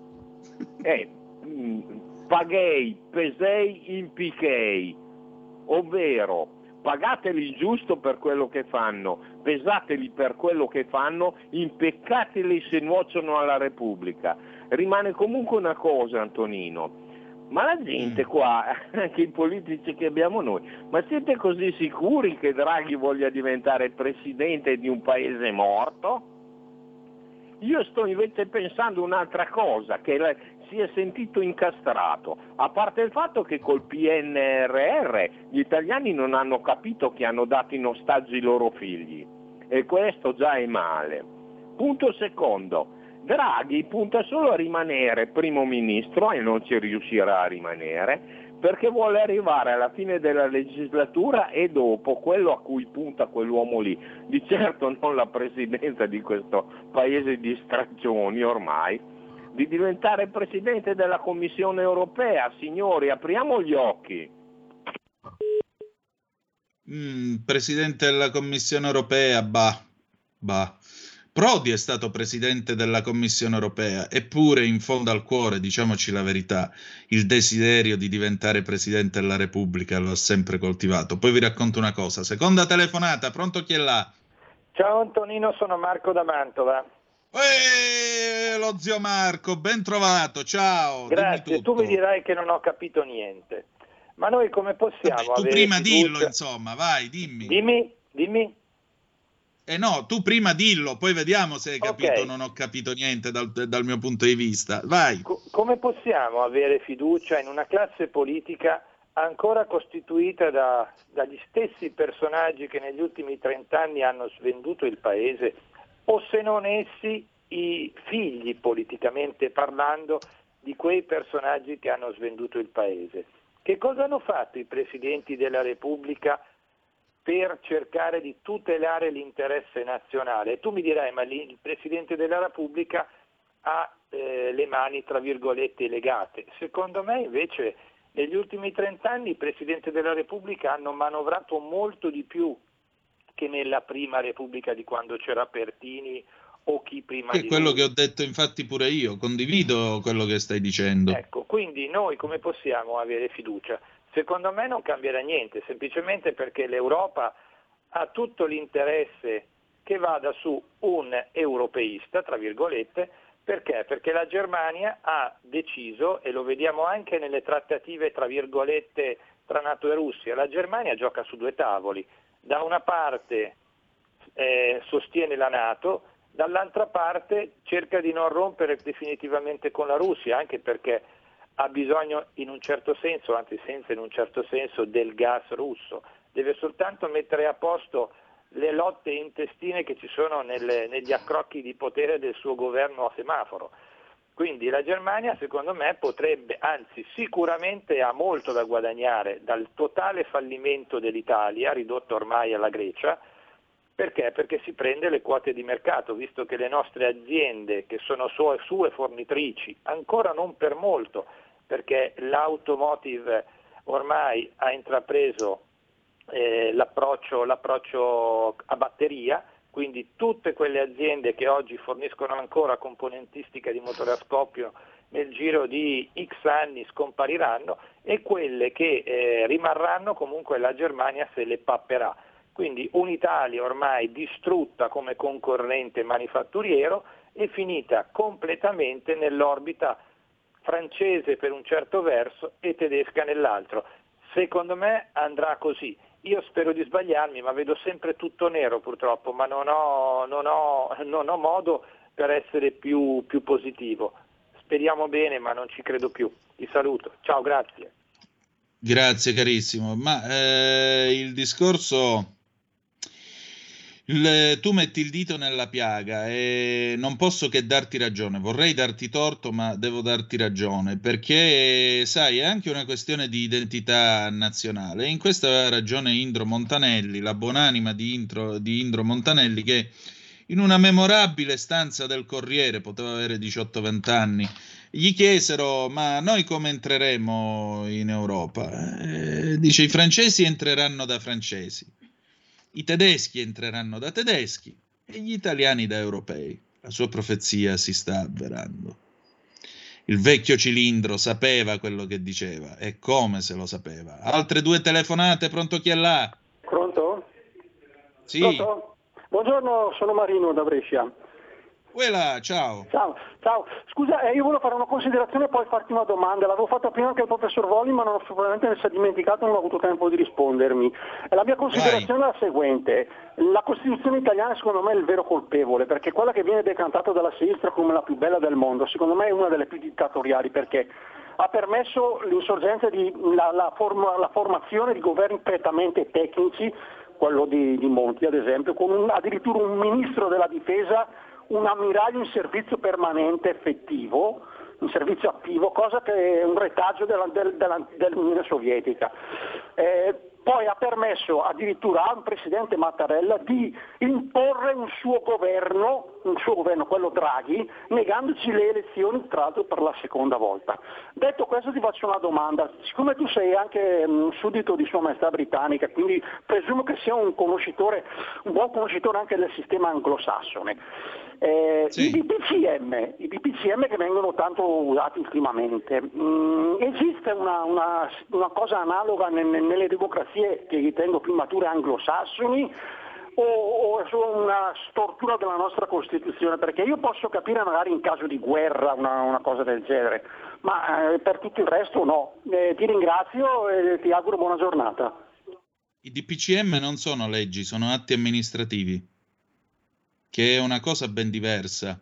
Paghei, pesei, impichei, ovvero pagateli il giusto per quello che fanno, pesateli per quello che fanno, impeccateli se nuociono alla Repubblica. Rimane comunque una cosa, Antonino. Ma la gente qua, anche i politici che abbiamo noi, ma siete così sicuri che Draghi voglia diventare presidente di un paese morto? Io sto invece pensando un'altra cosa, che si è sentito incastrato, a parte il fatto che col PNRR gli italiani non hanno capito che hanno dato in ostaggio i loro figli, e questo già è male. Punto secondo. Draghi punta solo a rimanere primo ministro e non ci riuscirà a rimanere perché vuole arrivare alla fine della legislatura e dopo quello a cui punta quell'uomo lì, di certo non la presidenza di questo paese di straccioni ormai, di diventare presidente della Commissione europea. Signori, apriamo gli occhi. Presidente della Commissione europea, bah. Prodi è stato presidente della Commissione europea, eppure in fondo al cuore, diciamoci la verità, il desiderio di diventare presidente della Repubblica lo ha sempre coltivato. Poi vi racconto una cosa. Seconda telefonata, pronto, chi è là? Ciao Antonino, sono Marco da Mantova. Lo zio Marco, ben trovato, ciao. Grazie, tu mi dirai che non ho capito niente. Ma noi come possiamo tu avere prima fiducia? dillo, insomma, vai, dimmi. Dimmi. No, tu prima dillo, poi vediamo se hai capito o non ho capito niente dal mio punto di vista. Vai. Come possiamo avere fiducia in una classe politica ancora costituita dagli stessi personaggi che negli ultimi 30 anni hanno svenduto il paese, o se non essi i figli, politicamente parlando, di quei personaggi che hanno svenduto il paese? Che cosa hanno fatto i presidenti della Repubblica per cercare di tutelare l'interesse nazionale? E tu mi dirai, ma il Presidente della Repubblica ha le mani, tra virgolette, legate. Secondo me, invece, negli ultimi 30 anni i Presidenti della Repubblica hanno manovrato molto di più che nella prima Repubblica, di quando c'era Pertini o chi prima di lui. È quello che ho detto infatti pure io, condivido quello che stai dicendo. Ecco, quindi noi come possiamo avere fiducia? Secondo me non cambierà niente, semplicemente perché l'Europa ha tutto l'interesse che vada su un europeista, tra virgolette. Perché? Perché la Germania ha deciso, e lo vediamo anche nelle trattative, tra virgolette, tra NATO e Russia, la Germania gioca su 2 tavoli. Da una parte sostiene la NATO, dall'altra parte cerca di non rompere definitivamente con la Russia, anche perché ha bisogno in un certo senso, anzi senza in un certo senso, del gas russo. Deve soltanto mettere a posto le lotte intestine che ci sono negli accrocchi di potere del suo governo a semaforo. Quindi la Germania, secondo me, potrebbe, anzi sicuramente ha molto da guadagnare dal totale fallimento dell'Italia, ridotto ormai alla Grecia. Perché? Perché si prende le quote di mercato, visto che le nostre aziende, che sono sue fornitrici, ancora non per molto, perché l'automotive ormai ha intrapreso l'approccio a batteria, quindi tutte quelle aziende che oggi forniscono ancora componentistica di motore a scoppio nel giro di X anni scompariranno, e quelle che rimarranno comunque la Germania se le papperà. Quindi un'Italia ormai distrutta come concorrente manifatturiero e finita completamente nell'orbita francese per un certo verso e tedesca nell'altro. Secondo me andrà così. Io spero di sbagliarmi, ma vedo sempre tutto nero purtroppo, ma non ho modo per essere più positivo. Speriamo bene, ma non ci credo più. Ti saluto. Ciao, grazie. Grazie carissimo. Ma il discorso Tu metti il dito nella piaga e non posso che darti ragione. Vorrei darti torto, ma devo darti ragione, perché, sai, è anche una questione di identità nazionale. E in questo aveva ragione Indro Montanelli, la buonanima di Indro Montanelli, che in una memorabile stanza del Corriere, poteva avere 18-20 anni, gli chiesero: ma noi come entreremo in Europa? Dice: i francesi entreranno da francesi, i tedeschi entreranno da tedeschi e gli italiani da europei. La sua profezia si sta avverando. Il vecchio Cilindro sapeva quello che diceva, e come se lo sapeva. Altre 2 telefonate, pronto, chi è là? Pronto? Sì. Pronto? Buongiorno, sono Marino da Brescia. Quella, ciao. Ciao. Scusa, io volevo fare una considerazione e poi farti una domanda. L'avevo fatta prima anche al professor Volli, ma probabilmente si è dimenticato e non ho avuto tempo di rispondermi. La mia considerazione è la seguente. La Costituzione italiana secondo me è il vero colpevole, perché quella che viene decantata dalla sinistra come la più bella del mondo, secondo me è una delle più dittatoriali, perché ha permesso l'insorgenza la formazione di governi prettamente tecnici, quello di Monti ad esempio, con addirittura un ministro della difesa, un ammiraglio in servizio permanente effettivo, in servizio attivo, cosa che è un retaggio dell'Unione Sovietica. Poi ha permesso addirittura a un presidente Mattarella di imporre un suo governo, quello Draghi, negandoci le elezioni, tra l'altro per la seconda volta. Detto questo ti faccio una domanda: siccome tu sei anche un suddito di Sua Maestà Britannica, quindi presumo che sia un buon conoscitore anche del sistema anglosassone, sì. I BPCM che vengono tanto usati ultimamente, esiste una cosa analoga nelle democrazie che ritengo più mature anglosassoni, o è solo una stortura della nostra Costituzione? Perché io posso capire magari in caso di guerra una cosa del genere, ma per tutto il resto no. Ti ringrazio e ti auguro buona giornata. I DPCM non sono leggi, sono atti amministrativi, che è una cosa ben diversa.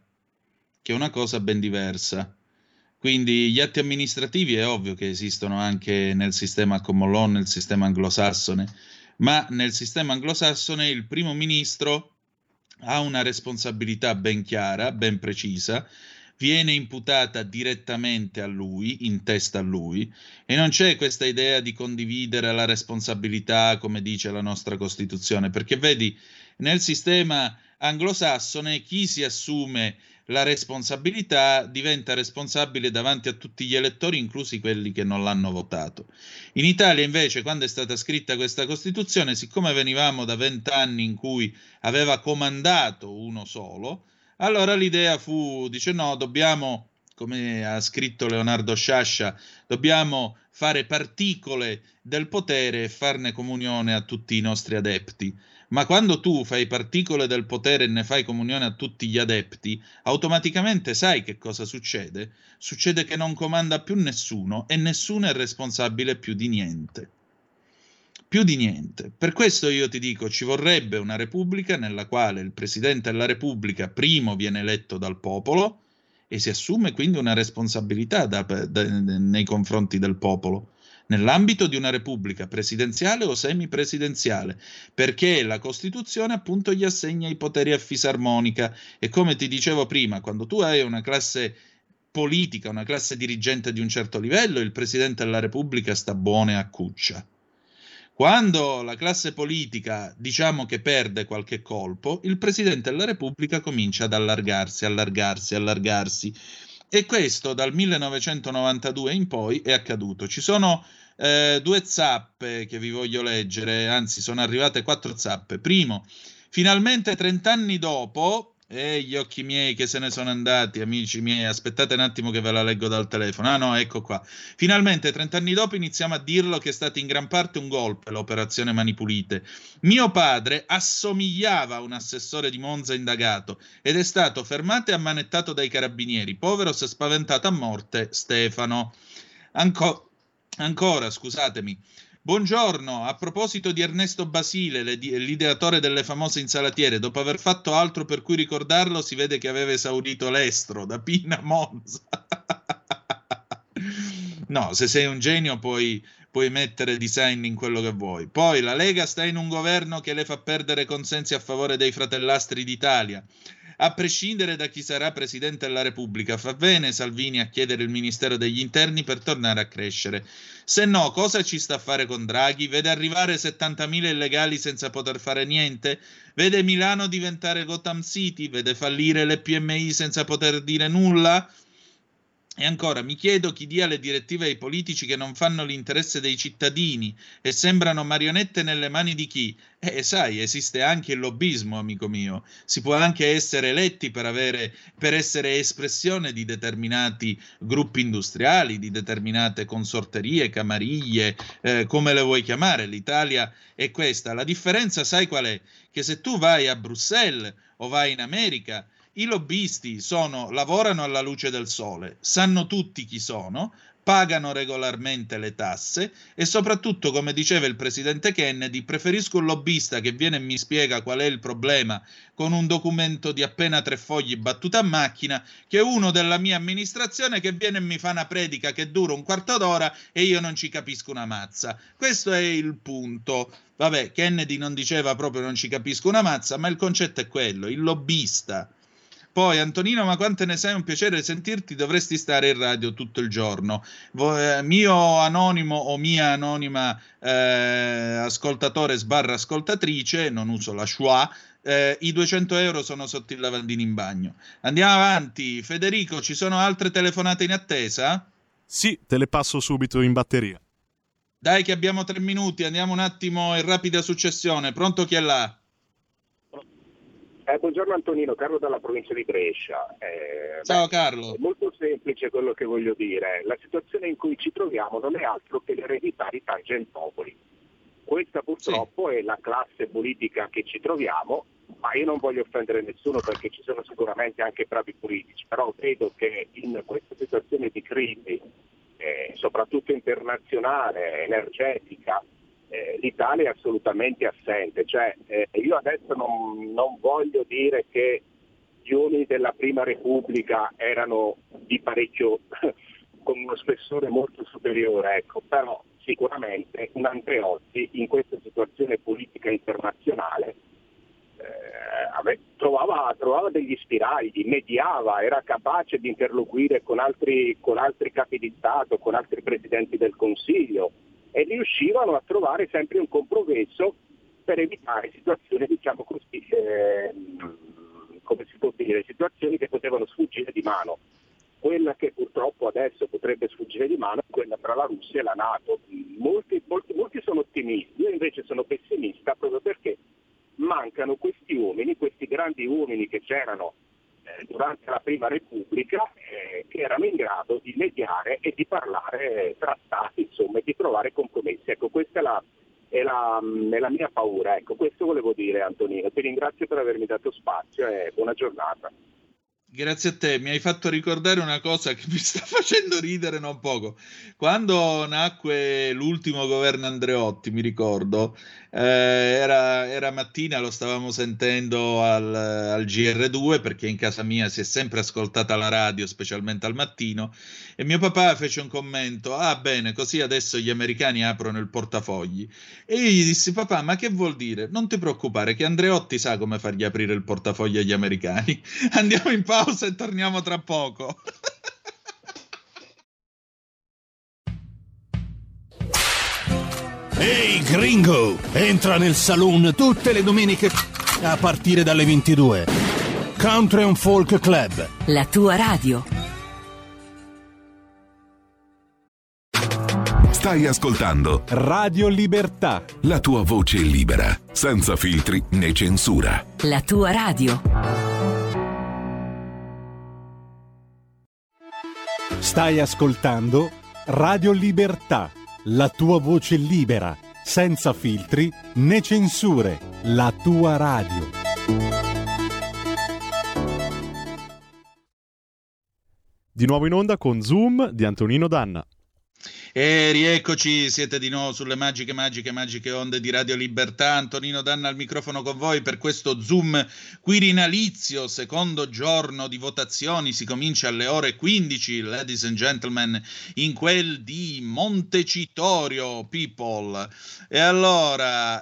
Quindi gli atti amministrativi è ovvio che esistono anche nel sistema common law, nel sistema anglosassone, ma nel sistema anglosassone il primo ministro ha una responsabilità ben chiara, ben precisa, viene imputata direttamente a lui, in testa a lui, e non c'è questa idea di condividere la responsabilità come dice la nostra Costituzione, perché vedi, nel sistema anglosassone chi si assume la responsabilità diventa responsabile davanti a tutti gli elettori, inclusi quelli che non l'hanno votato. In Italia invece, quando è stata scritta questa Costituzione, siccome venivamo da 20 anni in cui aveva comandato uno solo, allora l'idea dice no, dobbiamo, come ha scritto Leonardo Sciascia, dobbiamo fare particole del potere e farne comunione a tutti i nostri adepti. Ma quando tu fai particole del potere e ne fai comunione a tutti gli adepti, automaticamente sai che cosa succede? Succede che non comanda più nessuno e nessuno è responsabile più di niente. Più di niente. Per questo io ti dico, ci vorrebbe una repubblica nella quale il Presidente della Repubblica primo viene eletto dal popolo e si assume quindi una responsabilità nei confronti del popolo, nell'ambito di una repubblica presidenziale o semipresidenziale, perché la Costituzione appunto gli assegna i poteri a fisarmonica e, come ti dicevo prima, quando tu hai una classe politica, una classe dirigente di un certo livello, il Presidente della Repubblica sta buone a cuccia. Quando la classe politica diciamo che perde qualche colpo, il Presidente della Repubblica comincia ad allargarsi. E questo dal 1992 in poi è accaduto. Ci sono 2 zappe che vi voglio leggere, anzi sono arrivate 4 zappe. Primo, finalmente 30 anni dopo, gli occhi miei che se ne sono andati, amici miei, aspettate un attimo che ve la leggo dal telefono. Ah no, ecco qua. Finalmente 30 anni dopo iniziamo a dirlo che è stato in gran parte un golpe l'operazione Mani Pulite. Mio padre assomigliava a un assessore di Monza indagato ed è stato fermato e ammanettato dai carabinieri. Povero, si è spaventato a morte Stefano. Ancora, scusatemi. Buongiorno, a proposito di Ernesto Basile, l'ideatore delle famose insalatiere, dopo aver fatto altro per cui ricordarlo, si vede che aveva esaurito l'estro da Pina Monza. No, se sei un genio puoi mettere design in quello che vuoi. Poi la Lega sta in un governo che le fa perdere consensi a favore dei fratellastri d'Italia. A prescindere da chi sarà Presidente della Repubblica, fa bene Salvini a chiedere il Ministero degli Interni per tornare a crescere. Se no, cosa ci sta a fare con Draghi? Vede arrivare 70.000 illegali senza poter fare niente? Vede Milano diventare Gotham City? Vede fallire le PMI senza poter dire nulla? E ancora, mi chiedo chi dia le direttive ai politici che non fanno l'interesse dei cittadini e sembrano marionette nelle mani di chi? Sai, esiste anche il lobbismo, amico mio. Si può anche essere eletti per essere espressione di determinati gruppi industriali, di determinate consorterie, camariglie, come le vuoi chiamare. L'Italia è questa. La differenza, sai qual è? Che se tu vai a Bruxelles o vai in America, i lobbisti lavorano alla luce del sole, sanno tutti chi sono, pagano regolarmente le tasse e soprattutto, come diceva il presidente Kennedy, preferisco un lobbista che viene e mi spiega qual è il problema con un documento di appena 3 fogli battuto a macchina, che uno della mia amministrazione che viene e mi fa una predica che dura un quarto d'ora e io non ci capisco una mazza. Questo è il punto. Vabbè, Kennedy non diceva proprio non ci capisco una mazza, ma il concetto è quello, il lobbista. Poi Antonino, ma quante ne sai, un piacere sentirti, dovresti stare in radio tutto il giorno. Mio anonimo o mia anonima ascoltatore / ascoltatrice, non uso la schwa, i 200 euro sono sotto il lavandino in bagno. Andiamo avanti. Federico, ci sono altre telefonate in attesa? Sì, te le passo subito in batteria. Dai che abbiamo 3 minuti, andiamo un attimo in rapida successione. Pronto, chi è là? Buongiorno Antonino, Carlo dalla provincia di Brescia. Ciao Carlo. È molto semplice quello che voglio dire. La situazione in cui ci troviamo non è altro che l'eredità di Tangentopoli. Questa purtroppo è la classe politica che ci troviamo, ma io non voglio offendere nessuno perché ci sono sicuramente anche bravi politici, però credo che in questa situazione di crisi, soprattutto internazionale, energetica, l'Italia è assolutamente assente. Cioè, io adesso non voglio dire che gli uomini della Prima Repubblica erano di parecchio con uno spessore molto superiore, ecco, però sicuramente un Andreotti in questa situazione politica internazionale trovava degli spiragli, mediava, era capace di interloquire con altri capi di Stato, con altri presidenti del Consiglio, e riuscivano a trovare sempre un compromesso per evitare situazioni, diciamo così, come si può dire, situazioni che potevano sfuggire di mano. Quella che purtroppo adesso potrebbe sfuggire di mano è quella tra la Russia e la NATO. Molti sono ottimisti, io invece sono pessimista proprio perché mancano questi uomini, questi grandi uomini che c'erano durante la Prima Repubblica, che erano in grado di mediare e di parlare tra stati, insomma, e di trovare compromessi. Ecco, questa è la mia paura. Ecco, questo volevo dire, Antonino. Ti ringrazio per avermi dato spazio e buona giornata. Grazie a te, mi hai fatto ricordare una cosa che mi sta facendo ridere non poco. Quando nacque l'ultimo governo Andreotti, mi ricordo, era mattina, lo stavamo sentendo al GR2 perché in casa mia si è sempre ascoltata la radio, specialmente al mattino, e mio papà fece un commento: ah bene, così adesso gli americani aprono il portafogli. E io gli dissi: papà, ma che vuol dire? Non ti preoccupare che Andreotti sa come fargli aprire il portafogli agli americani. Andiamo in pausa e torniamo tra poco. Ehi gringo, entra nel saloon tutte le domeniche a partire dalle 22. Country and Folk Club, la tua radio. Stai ascoltando Radio Libertà, la tua voce libera, senza filtri né censura. La tua radio. Stai ascoltando Radio Libertà, la tua voce libera, senza filtri né censure, la tua radio. Di nuovo in onda con Zoom di Antonino Danna. E rieccoci, siete di nuovo sulle magiche onde di Radio Libertà. Antonino Danna al microfono con voi per questo Zoom quirinalizio, secondo giorno di votazioni. Si comincia alle ore 15, ladies and gentlemen, in quel di Montecitorio, people. E allora,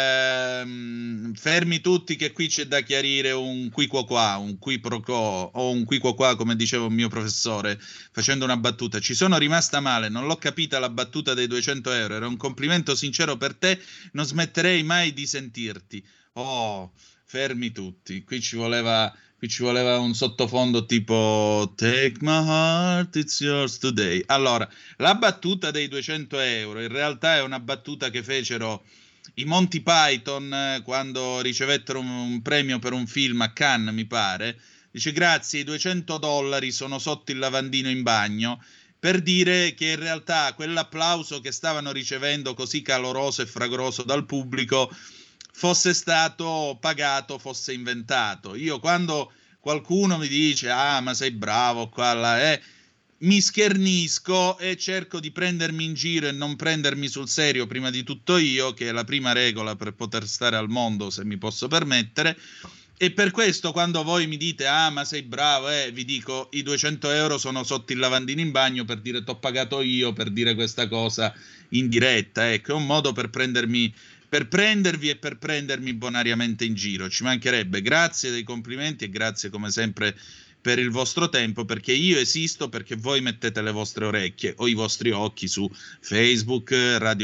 fermi tutti che qui c'è da chiarire un qui quo qua, un qui pro quo, o un qui quo qua, come diceva un mio professore, facendo una battuta. Ci sono rimasta male, non l'ho capita la battuta dei 200 euro, era un complimento sincero per te, non smetterei mai di sentirti. Oh, fermi tutti, qui ci voleva un sottofondo tipo Take my heart, it's yours today. Allora, la battuta dei 200 euro in realtà è una battuta che fecero i Monty Python quando ricevettero un premio per un film a Cannes, mi pare. Dice: grazie, i $200 sono sotto il lavandino in bagno, per dire che in realtà quell'applauso che stavano ricevendo così caloroso e fragoroso dal pubblico fosse stato pagato, fosse inventato. Io quando qualcuno mi dice ma sei bravo qua là, mi schernisco e cerco di prendermi in giro e non prendermi sul serio prima di tutto io, che è la prima regola per poter stare al mondo, se mi posso permettere. E per questo quando voi mi dite ma sei bravo, vi dico i 200 euro sono sotto il lavandino in bagno, per dire t'ho pagato io per dire questa cosa in diretta. Ecco, è un modo per prendervi e per prendermi bonariamente in giro. Ci mancherebbe. Grazie dei complimenti e grazie come sempre per il vostro tempo, perché io esisto perché voi mettete le vostre orecchie o i vostri occhi su Facebook,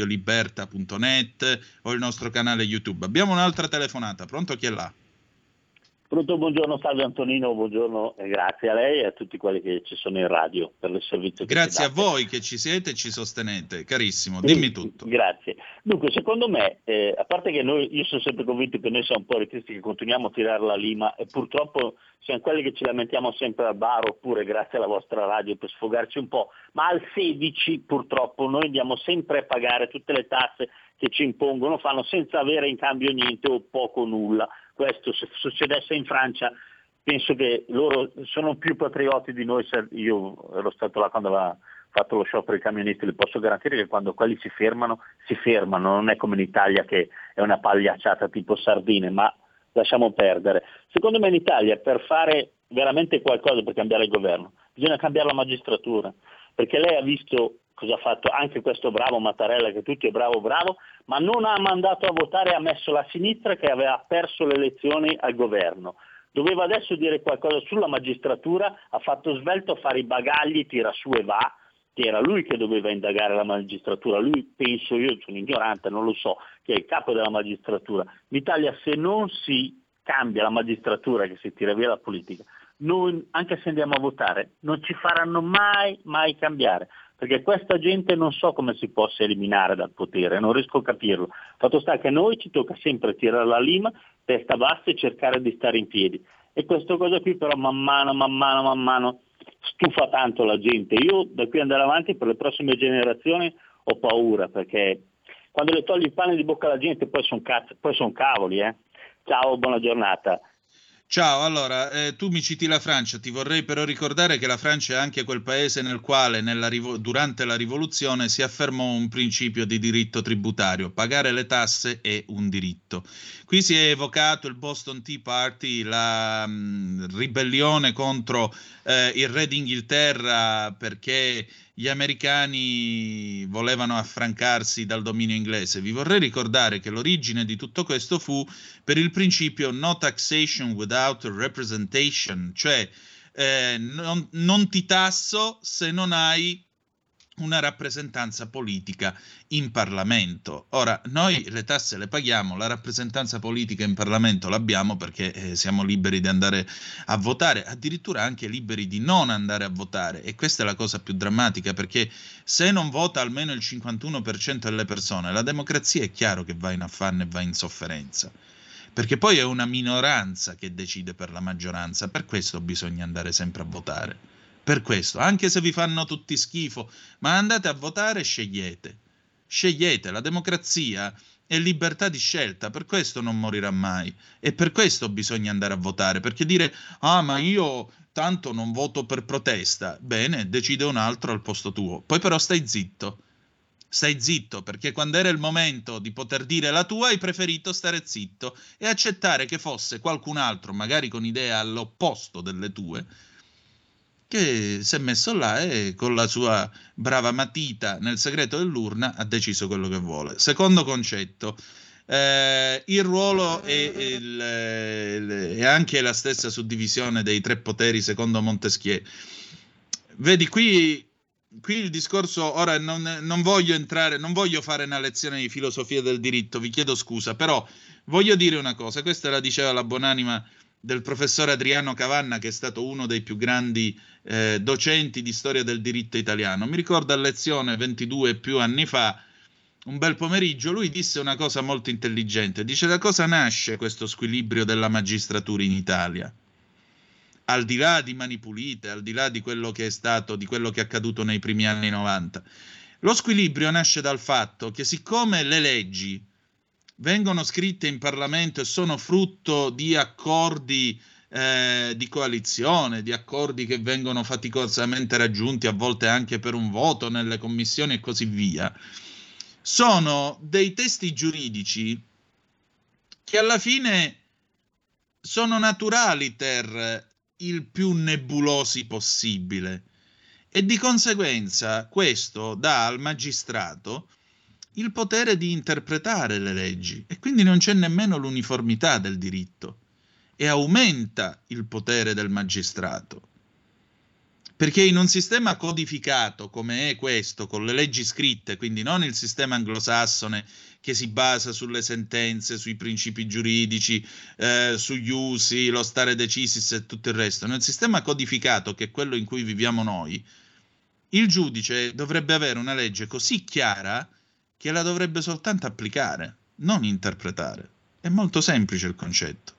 radioliberta.net o il nostro canale YouTube. Abbiamo un'altra telefonata. Pronto, chi è là? Pronto, buongiorno, salve Antonino, buongiorno e grazie a lei e a tutti quelli che ci sono in radio per il servizio che grazie a voi che ci siete e ci sostenete, carissimo, dimmi tutto. Grazie. Dunque, secondo me, a parte che io sono sempre convinto che noi siamo un po' retristi, che continuiamo a tirare la lima e purtroppo siamo quelli che ci lamentiamo sempre al bar oppure grazie alla vostra radio per sfogarci un po', ma al 16 purtroppo noi andiamo sempre a pagare tutte le tasse che ci impongono, fanno senza avere in cambio niente o poco o nulla. Questo se succedesse in Francia penso che loro sono più patrioti di noi. Io ero stato là quando aveva fatto lo sciopero i camionisti, le posso garantire che quando quelli si fermano, non è come in Italia che è una pagliacciata tipo sardine, ma lasciamo perdere. Secondo me in Italia per fare veramente qualcosa per cambiare il governo bisogna cambiare la magistratura, perché lei ha visto cosa ha fatto anche questo bravo Mattarella, che tutti è bravo, ma non ha mandato a votare, ha messo la sinistra che aveva perso le elezioni al governo. Doveva adesso dire qualcosa sulla magistratura, ha fatto svelto a fare i bagagli, tira su e va, che era lui che doveva indagare la magistratura. Lui, penso, io sono ignorante, non lo so, che è il capo della magistratura. L'Italia, se non si cambia la magistratura, che si tira via la politica, noi, anche se andiamo a votare, non ci faranno mai cambiare, perché questa gente non so come si possa eliminare dal potere, non riesco a capirlo. Fatto sta che a noi ci tocca sempre tirare la lima, testa bassa e cercare di stare in piedi. E questa cosa qui però man mano stufa tanto la gente. Io da qui andare avanti per le prossime generazioni ho paura, perché quando le togli il pane di bocca alla gente poi sono cavoli. Ciao, buona giornata. Ciao, allora, tu mi citi la Francia, ti vorrei però ricordare che la Francia è anche quel paese nel quale durante la rivoluzione si affermò un principio di diritto tributario: pagare le tasse è un diritto. Qui si è evocato il Boston Tea Party, la ribellione contro il re d'Inghilterra perché gli americani volevano affrancarsi dal dominio inglese. Vi vorrei ricordare che l'origine di tutto questo fu per il principio no taxation without representation, cioè non ti tasso se non hai una rappresentanza politica in Parlamento. Ora, noi le tasse le paghiamo, la rappresentanza politica in Parlamento l'abbiamo perché siamo liberi di andare a votare, addirittura anche liberi di non andare a votare, e questa è la cosa più drammatica, perché se non vota almeno il 51% delle persone, la democrazia è chiaro che va in affanno e va in sofferenza, perché poi è una minoranza che decide per la maggioranza. Per questo bisogna andare sempre a votare. Per questo, anche se vi fanno tutti schifo, ma andate a votare e scegliete. La democrazia è libertà di scelta, per questo non morirà mai, e per questo bisogna andare a votare, perché dire ma io tanto non voto per protesta, bene, decide un altro al posto tuo, poi però stai zitto, Stai zitto, perché quando era il momento di poter dire la tua hai preferito stare zitto e accettare che fosse qualcun altro, magari con idee all'opposto delle tue, che si è messo là e con la sua brava matita nel segreto dell'urna ha deciso quello che vuole. Secondo concetto, il ruolo e anche la stessa suddivisione dei tre poteri secondo Montesquieu. Vedi, qui il discorso, ora non voglio fare una lezione di filosofia del diritto, vi chiedo scusa, però voglio dire una cosa, questa la diceva la buonanima del professor Adriano Cavanna, che è stato uno dei più grandi docenti di storia del diritto italiano. Mi ricordo a lezione 22 più anni fa, un bel pomeriggio, lui disse una cosa molto intelligente, dice: da cosa nasce questo squilibrio della magistratura in Italia? Al di là di Mani Pulite, al di là di quello che è stato, di quello che è accaduto nei primi anni 90, lo squilibrio nasce dal fatto che, siccome le leggi vengono scritte in Parlamento e sono frutto di accordi di coalizione, di accordi che vengono faticosamente raggiunti, a volte anche per un voto nelle commissioni e così via, sono dei testi giuridici che alla fine sono naturali per il più nebulosi possibile, e di conseguenza questo dà al magistrato il potere di interpretare le leggi, e quindi non c'è nemmeno l'uniformità del diritto, e aumenta il potere del magistrato, perché in un sistema codificato come è questo, con le leggi scritte, quindi non il sistema anglosassone che si basa sulle sentenze, sui principi giuridici, sugli usi, lo stare decisis e tutto il resto, nel sistema codificato, che è quello in cui viviamo noi, il giudice dovrebbe avere una legge così chiara che la dovrebbe soltanto applicare, non interpretare. È molto semplice il concetto.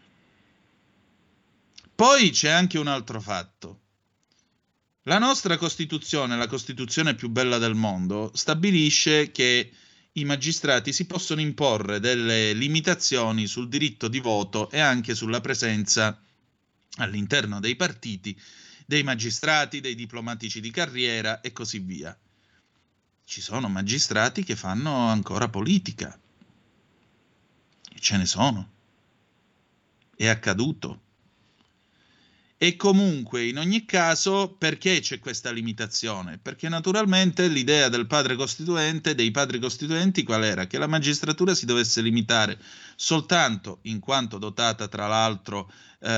Poi c'è anche un altro fatto. La nostra Costituzione, la Costituzione più bella del mondo, stabilisce che i magistrati si possono imporre delle limitazioni sul diritto di voto e anche sulla presenza all'interno dei partiti dei magistrati, dei diplomatici di carriera e così via. Ci sono magistrati che fanno ancora politica, e ce ne sono, è accaduto. E comunque, in ogni caso, perché c'è questa limitazione? Perché naturalmente l'idea del padre costituente, dei padri costituenti, qual era? Che la magistratura si dovesse limitare soltanto in quanto dotata tra l'altro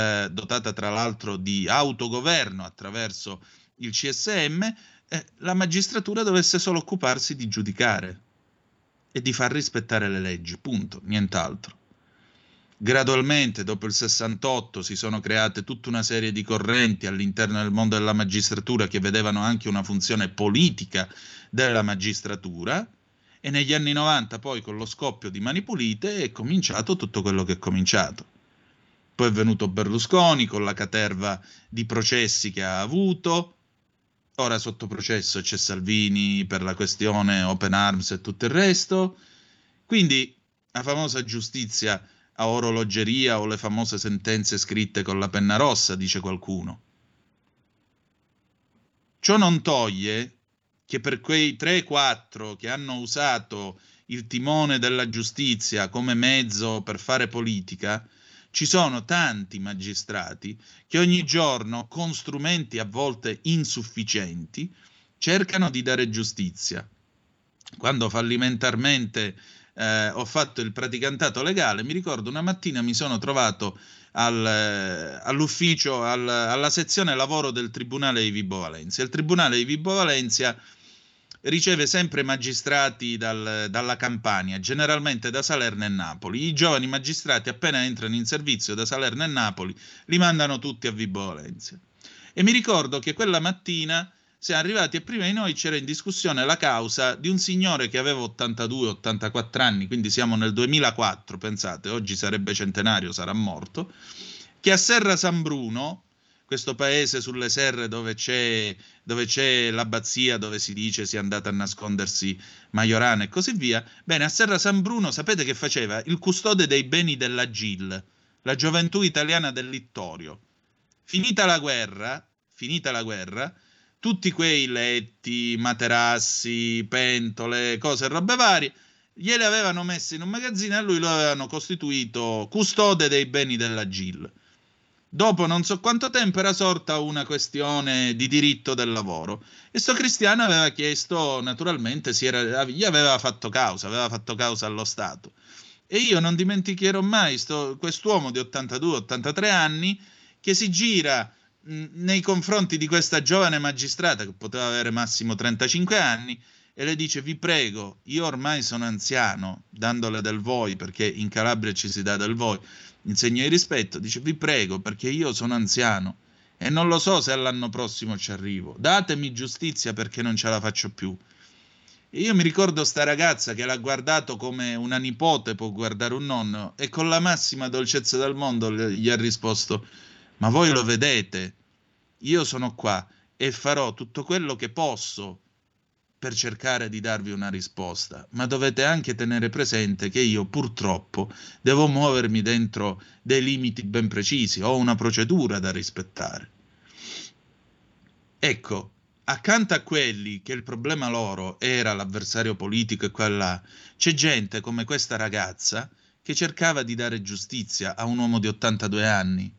di autogoverno attraverso il CSM, la magistratura dovesse solo occuparsi di giudicare e di far rispettare le leggi, punto, nient'altro. Gradualmente, dopo il 68, si sono create tutta una serie di correnti all'interno del mondo della magistratura che vedevano anche una funzione politica della magistratura, e negli anni 90 poi, con lo scoppio di Mani Pulite, è cominciato tutto quello che è cominciato. Poi è venuto Berlusconi con la caterva di processi che ha avuto, ora sotto processo c'è Salvini per la questione Open Arms e tutto il resto, quindi la famosa giustizia a orologeria o le famose sentenze scritte con la penna rossa, dice qualcuno. Ciò non toglie che per quei 3-4 che hanno usato il timone della giustizia come mezzo per fare politica, ci sono tanti magistrati che ogni giorno, con strumenti a volte insufficienti, cercano di dare giustizia. Quando fallimentarmente ho fatto il praticantato legale, mi ricordo una mattina mi sono trovato all'ufficio, alla sezione lavoro del Tribunale di Vibo Valentia. Il Tribunale di Vibo Valentia riceve sempre magistrati dalla Campania, generalmente da Salerno e Napoli. I giovani magistrati, appena entrano in servizio da Salerno e Napoli, li mandano tutti a Vibo Valentia. E mi ricordo che quella mattina siamo arrivati e prima di noi c'era in discussione la causa di un signore che aveva 82-84 anni, quindi siamo nel 2004, pensate, oggi sarebbe centenario, sarà morto, che a Serra San Bruno, questo paese sulle serre dove c'è l'abbazia, dove si dice sia andata a nascondersi Majorana e così via, bene, a Serra San Bruno sapete che faceva? Il custode dei beni della GIL, la Gioventù Italiana del Littorio. Finita la guerra, tutti quei letti, materassi, pentole, cose e robe varie, glieli avevano messi in un magazzino e a lui lo avevano costituito custode dei beni della GIL. Dopo non so quanto tempo era sorta una questione di diritto del lavoro e sto Cristiano aveva chiesto, naturalmente, gli aveva fatto causa allo Stato. E io non dimenticherò mai quest'uomo di 82-83 anni che si gira nei confronti di questa giovane magistrata che poteva avere massimo 35 anni e le dice: vi prego, io ormai sono anziano, dandole del voi, perché in Calabria ci si dà del voi, in segno di rispetto, dice: vi prego, perché io sono anziano e non lo so se all'anno prossimo ci arrivo, datemi giustizia perché non ce la faccio più. E io mi ricordo sta ragazza che l'ha guardato come una nipote può guardare un nonno e con la massima dolcezza del mondo gli ha risposto: ma voi lo vedete, io sono qua e farò tutto quello che posso per cercare di darvi una risposta, ma dovete anche tenere presente che io purtroppo devo muovermi dentro dei limiti ben precisi, ho una procedura da rispettare. Ecco, accanto a quelli che il problema loro era l'avversario politico e quella, c'è gente come questa ragazza che cercava di dare giustizia a un uomo di 82 anni.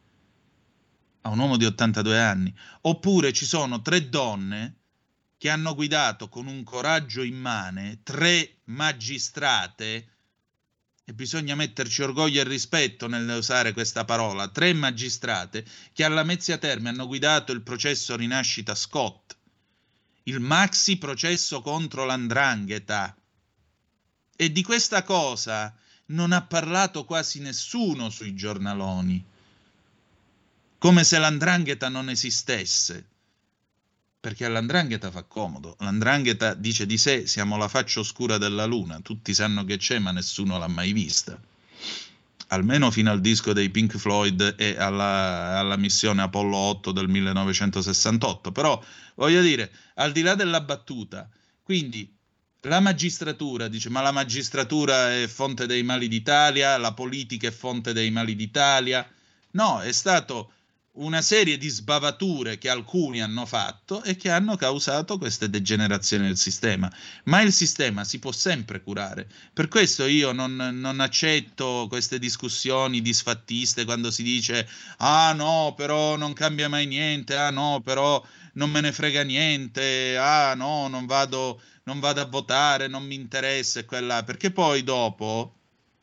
Oppure ci sono 3 donne che hanno guidato con un coraggio immane 3 magistrate, e bisogna metterci orgoglio e rispetto nell'usare questa parola, 3 magistrate che alla Mezzia Terme hanno guidato il processo Rinascita Scott, il maxi processo contro l''ndrangheta, e di questa cosa non ha parlato quasi nessuno sui giornaloni, come se l''ndrangheta non esistesse, perché all''ndrangheta fa comodo. L''ndrangheta dice di sé: siamo la faccia oscura della luna, tutti sanno che c'è ma nessuno l'ha mai vista, almeno fino al disco dei Pink Floyd e alla missione Apollo 8 del 1968. Però voglio dire, al di là della battuta, quindi la magistratura dice: ma la magistratura è fonte dei mali d'Italia, la politica è fonte dei mali d'Italia. No, è stato una serie di sbavature che alcuni hanno fatto e che hanno causato queste degenerazioni del sistema, ma il sistema si può sempre curare. Per questo io non accetto queste discussioni disfattiste quando si dice: ah no, però non cambia mai niente, ah no, però non me ne frega niente, ah no, non vado a votare, non mi interessa, perché poi dopo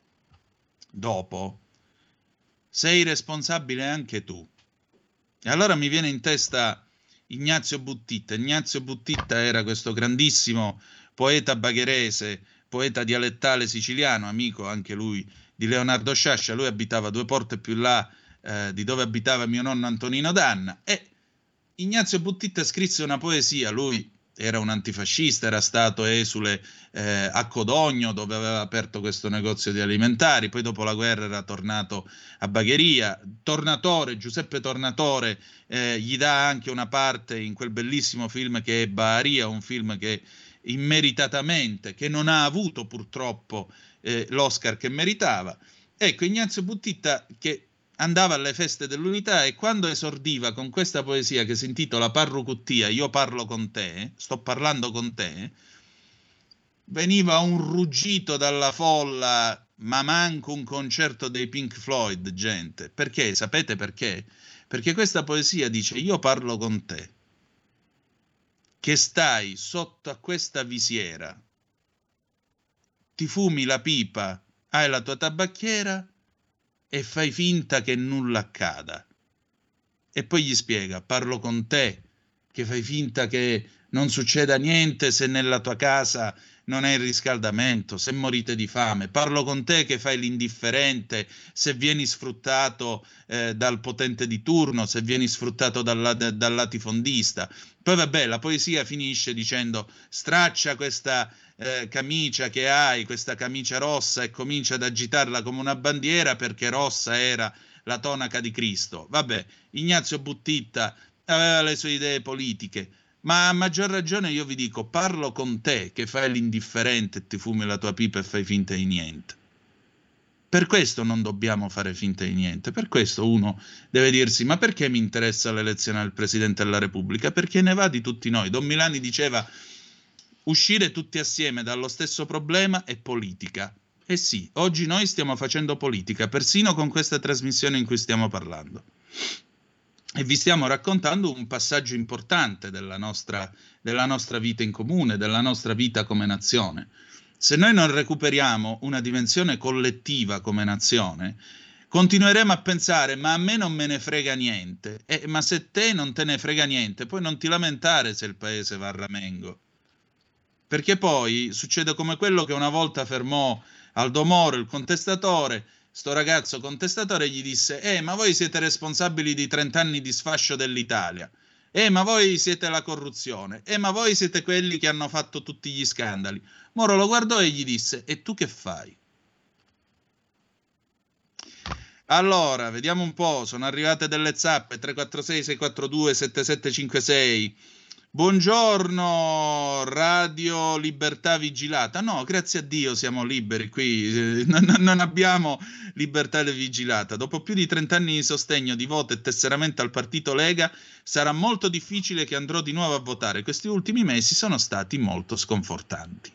sei responsabile anche tu. E allora mi viene in testa Ignazio Buttitta. Ignazio Buttitta era questo grandissimo poeta bagherese, poeta dialettale siciliano, amico anche lui di Leonardo Sciascia. Lui abitava 2 porte più là di dove abitava mio nonno Antonino Danna, e Ignazio Buttitta scrisse una poesia. Lui era un antifascista, era stato esule a Codogno, dove aveva aperto questo negozio di alimentari, poi dopo la guerra era tornato a Bagheria. Giuseppe Tornatore gli dà anche una parte in quel bellissimo film che è Baharia, un film che immeritatamente, che non ha avuto purtroppo l'Oscar che meritava. Ecco, Ignazio Buttitta che andava alle feste dell'unità e quando esordiva con questa poesia che si intitola Parrucuttia, io parlo con te, sto parlando con te, veniva un ruggito dalla folla, ma manco un concerto dei Pink Floyd, gente. Perché? Sapete perché? Perché questa poesia dice: io parlo con te, che stai sotto a questa visiera, ti fumi la pipa, hai la tua tabacchiera e fai finta che nulla accada. E poi gli spiega: parlo con te che fai finta che non succeda niente se nella tua casa non hai il riscaldamento, se morite di fame. Parlo con te che fai l'indifferente se vieni sfruttato dal potente di turno, se vieni sfruttato dal latifondista. Poi vabbè, la poesia finisce dicendo: straccia questa camicia che hai, questa camicia rossa, e comincia ad agitarla come una bandiera, perché rossa era la tonaca di Cristo. Vabbè, Ignazio Buttitta aveva le sue idee politiche, ma a maggior ragione io vi dico: parlo con te che fai l'indifferente e ti fumi la tua pipa e fai finta di niente. Per questo non dobbiamo fare finta di niente, per questo uno deve dirsi: ma perché mi interessa l'elezione del Presidente della Repubblica? Perché ne va di tutti noi. Don Milani diceva: uscire tutti assieme dallo stesso problema è politica. E sì, oggi noi stiamo facendo politica, persino con questa trasmissione in cui stiamo parlando. E vi stiamo raccontando un passaggio importante della nostra vita in comune, della nostra vita come nazione. Se noi non recuperiamo una dimensione collettiva come nazione, continueremo a pensare: ma a me non me ne frega niente. Ma se te non te ne frega niente, poi non ti lamentare se il paese va a ramengo. Perché poi succede come quello che una volta fermò Aldo Moro, il contestatore. Sto ragazzo contestatore gli disse: ma voi siete responsabili di 30 anni di sfascio dell'Italia. Ma voi siete la corruzione. Ma voi siete quelli che hanno fatto tutti gli scandali. Moro lo guardò e gli disse: e tu che fai? Allora, vediamo un po', sono arrivate delle zappe. 346-642-7756. Buongiorno, Radio Libertà Vigilata. No, grazie a Dio siamo liberi qui, non abbiamo libertà vigilata. Dopo più di 30 anni di sostegno, di voto e tesseramento al partito Lega, sarà molto difficile che andrò di nuovo a votare. Questi ultimi mesi sono stati molto sconfortanti.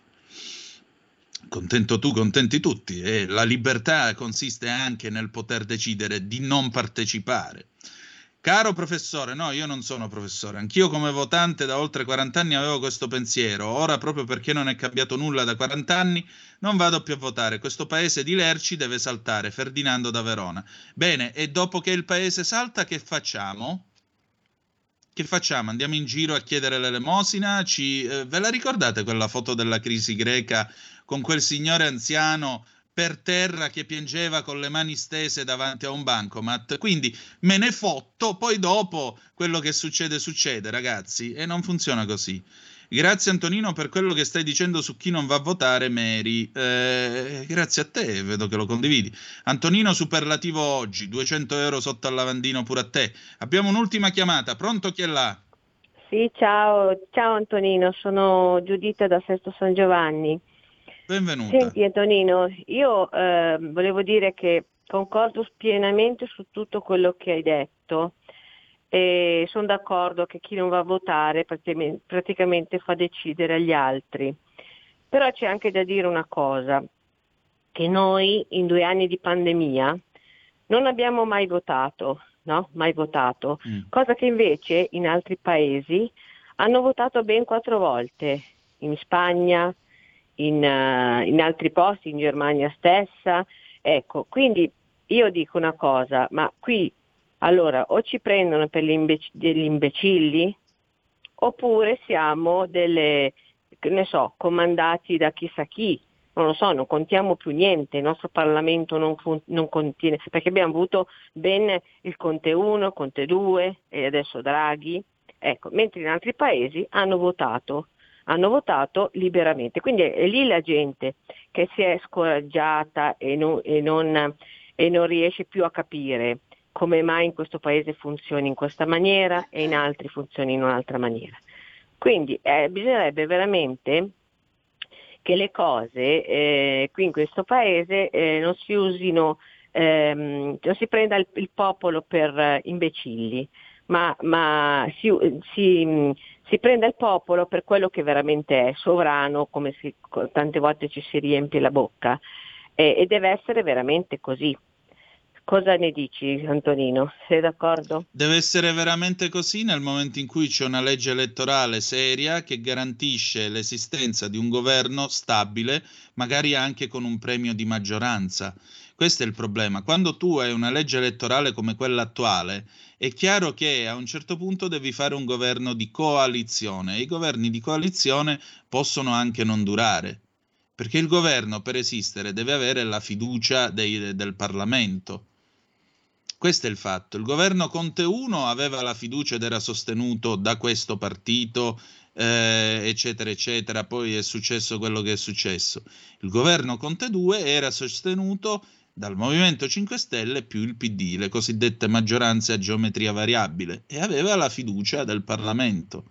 Contento tu, contenti tutti. E la libertà consiste anche nel poter decidere di non partecipare. Caro professore, no, io non sono professore, anch'io come votante da oltre 40 anni avevo questo pensiero. Ora, proprio perché non è cambiato nulla da 40 anni, non vado più a votare. Questo paese di lerci deve saltare. Ferdinando da Verona. Bene, e dopo che il paese salta, che facciamo? Che facciamo? Andiamo in giro a chiedere l'elemosina? Ve la ricordate quella foto della crisi greca con quel signore anziano per terra che piangeva con le mani stese davanti a un bancomat? Quindi me ne fotto, poi dopo quello che succede succede, ragazzi, e non funziona così. Grazie Antonino per quello che stai dicendo su chi non va a votare, Mary. Grazie a te, vedo che lo condividi. Antonino superlativo oggi, 200 euro sotto al lavandino pure a te. Abbiamo un'ultima chiamata, pronto, chi è là? Sì, ciao Antonino, sono Giuditta da Sesto San Giovanni. Benvenuta. Senti Antonino, io volevo dire che concordo pienamente su tutto quello che hai detto e sono d'accordo che chi non va a votare praticamente fa decidere agli altri. Però c'è anche da dire una cosa, che noi in 2 anni di pandemia non abbiamo mai votato, no? Mai votato, cosa che invece in altri paesi hanno votato ben 4 volte, in Spagna, in altri posti, in Germania stessa. Ecco, quindi io dico una cosa, ma qui allora o ci prendono per degli imbecilli oppure siamo comandati da chissà chi, non lo so, non contiamo più niente, il nostro Parlamento non contiene, perché abbiamo avuto ben il Conte 1, Conte 2 e adesso Draghi, ecco, mentre in altri paesi hanno votato liberamente. Quindi è lì la gente che si è scoraggiata e non riesce più a capire come mai in questo paese funzioni in questa maniera e in altri funzioni in un'altra maniera. Quindi bisognerebbe veramente che le cose qui in questo paese non si usino, non si prenda il popolo per imbecilli, ma si prenda il popolo per quello che veramente è, sovrano, come tante volte ci si riempie la bocca, e deve essere veramente così. Cosa ne dici, Antonino? Sei d'accordo? Deve essere veramente così nel momento in cui c'è una legge elettorale seria che garantisce l'esistenza di un governo stabile, magari anche con un premio di maggioranza. Questo è il problema. Quando tu hai una legge elettorale come quella attuale, è chiaro che a un certo punto devi fare un governo di coalizione, e i governi di coalizione possono anche non durare, perché il governo per esistere deve avere la fiducia del Parlamento. Questo è il fatto. Il governo Conte 1 aveva la fiducia ed era sostenuto da questo partito, eccetera, eccetera. Poi è successo quello che è successo. Il governo Conte 2 era sostenuto dal Movimento 5 Stelle più il PD, le cosiddette maggioranze a geometria variabile, e aveva la fiducia del Parlamento.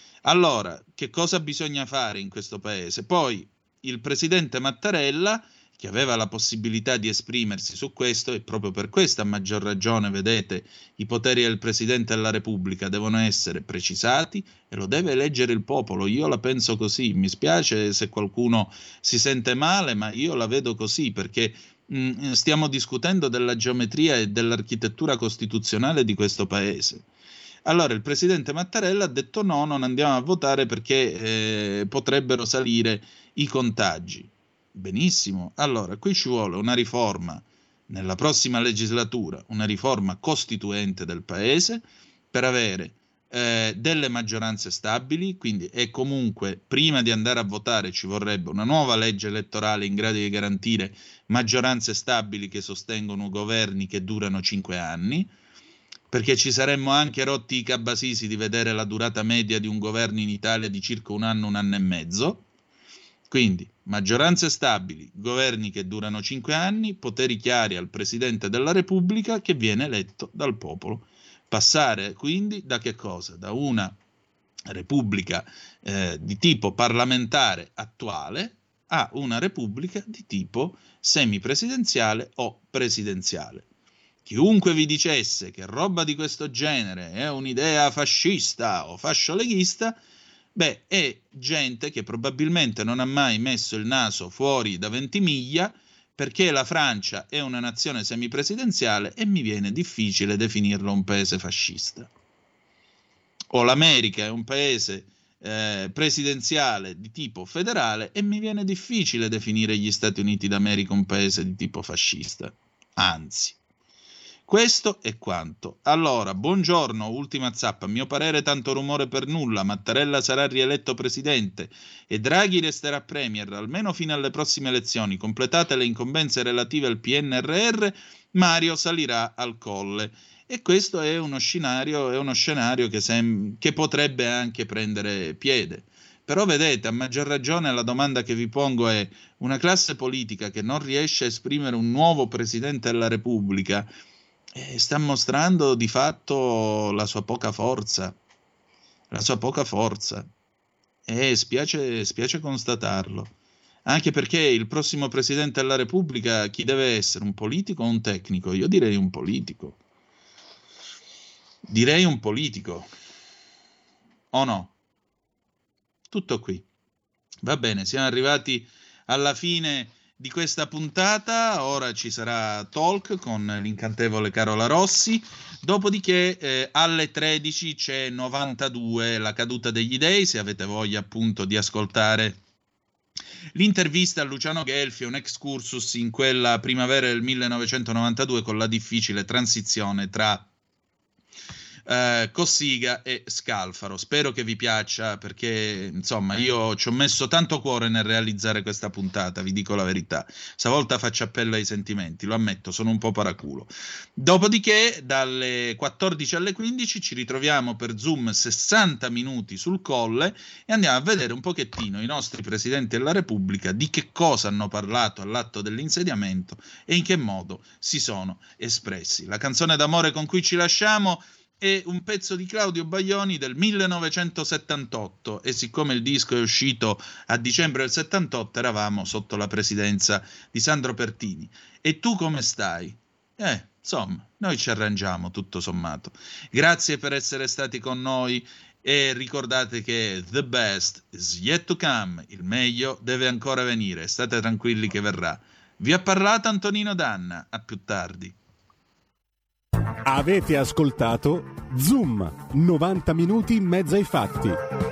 Allora, che cosa bisogna fare in questo paese? Poi il presidente Mattarella che aveva la possibilità di esprimersi su questo, e proprio per questo, a maggior ragione, vedete, i poteri del Presidente della Repubblica devono essere precisati e lo deve eleggere il popolo. Io la penso così, mi spiace se qualcuno si sente male, ma io la vedo così, perché stiamo discutendo della geometria e dell'architettura costituzionale di questo Paese. Allora il Presidente Mattarella ha detto no, non andiamo a votare perché potrebbero salire i contagi. Benissimo, allora qui ci vuole una riforma nella prossima legislatura, una riforma costituente del Paese per avere delle maggioranze stabili, quindi, e comunque prima di andare a votare ci vorrebbe una nuova legge elettorale in grado di garantire maggioranze stabili che sostengono governi che durano 5 anni, perché ci saremmo anche rotti i cabasisi di vedere la durata media di un governo in Italia di circa un anno e mezzo. Quindi maggioranze stabili, governi che durano 5 anni, poteri chiari al Presidente della Repubblica che viene eletto dal popolo. Passare quindi da che cosa? Da una Repubblica di tipo parlamentare attuale a una Repubblica di tipo semipresidenziale o presidenziale. Chiunque vi dicesse che roba di questo genere è un'idea fascista o fascioleghista, beh, è gente che probabilmente non ha mai messo il naso fuori da Ventimiglia, perché la Francia è una nazione semipresidenziale e mi viene difficile definirlo un paese fascista. O l'America è un paese presidenziale di tipo federale e mi viene difficile definire gli Stati Uniti d'America un paese di tipo fascista. Anzi. Questo è quanto. Allora, buongiorno, ultima zappa. A mio parere tanto rumore per nulla. Mattarella sarà rieletto presidente e Draghi resterà premier, almeno fino alle prossime elezioni. Completate le incombenze relative al PNRR, Mario salirà al Colle. E questo è uno scenario che potrebbe anche prendere piede. Però vedete, a maggior ragione la domanda che vi pongo è: una classe politica che non riesce a esprimere un nuovo Presidente della Repubblica sta mostrando di fatto la sua poca forza, e spiace constatarlo, anche perché il prossimo Presidente della Repubblica chi deve essere? Un politico o un tecnico? Io direi un politico, o no? Tutto qui, va bene, siamo arrivati alla fine di questa puntata. Ora ci sarà Talk con l'incantevole Carola Rossi, dopodiché alle 13 c'è 92, la caduta degli dei, se avete voglia appunto di ascoltare l'intervista a Luciano Guelfi, un excursus in quella primavera del 1992 con la difficile transizione tra Cossiga e Scalfaro. Spero che vi piaccia, perché insomma io ci ho messo tanto cuore nel realizzare questa puntata, vi dico la verità. Stavolta faccio appello ai sentimenti, lo ammetto, sono un po' paraculo. Dopodiché dalle 14 alle 15 ci ritroviamo per Zoom 60 minuti sul Colle e andiamo a vedere un pochettino i nostri Presidenti della Repubblica di che cosa hanno parlato all'atto dell'insediamento e in che modo si sono espressi. La canzone d'amore con cui ci lasciamo è un pezzo di Claudio Baglioni del 1978, e siccome il disco è uscito a dicembre del 78 eravamo sotto la presidenza di Sandro Pertini. E tu come stai? Insomma, noi ci arrangiamo tutto sommato. Grazie per essere stati con noi e ricordate che the best is yet to come, il meglio deve ancora venire, state tranquilli che verrà. Vi ha parlato Antonino Danna, a più tardi. Avete ascoltato Zoom, 90 minuti in mezzo ai fatti.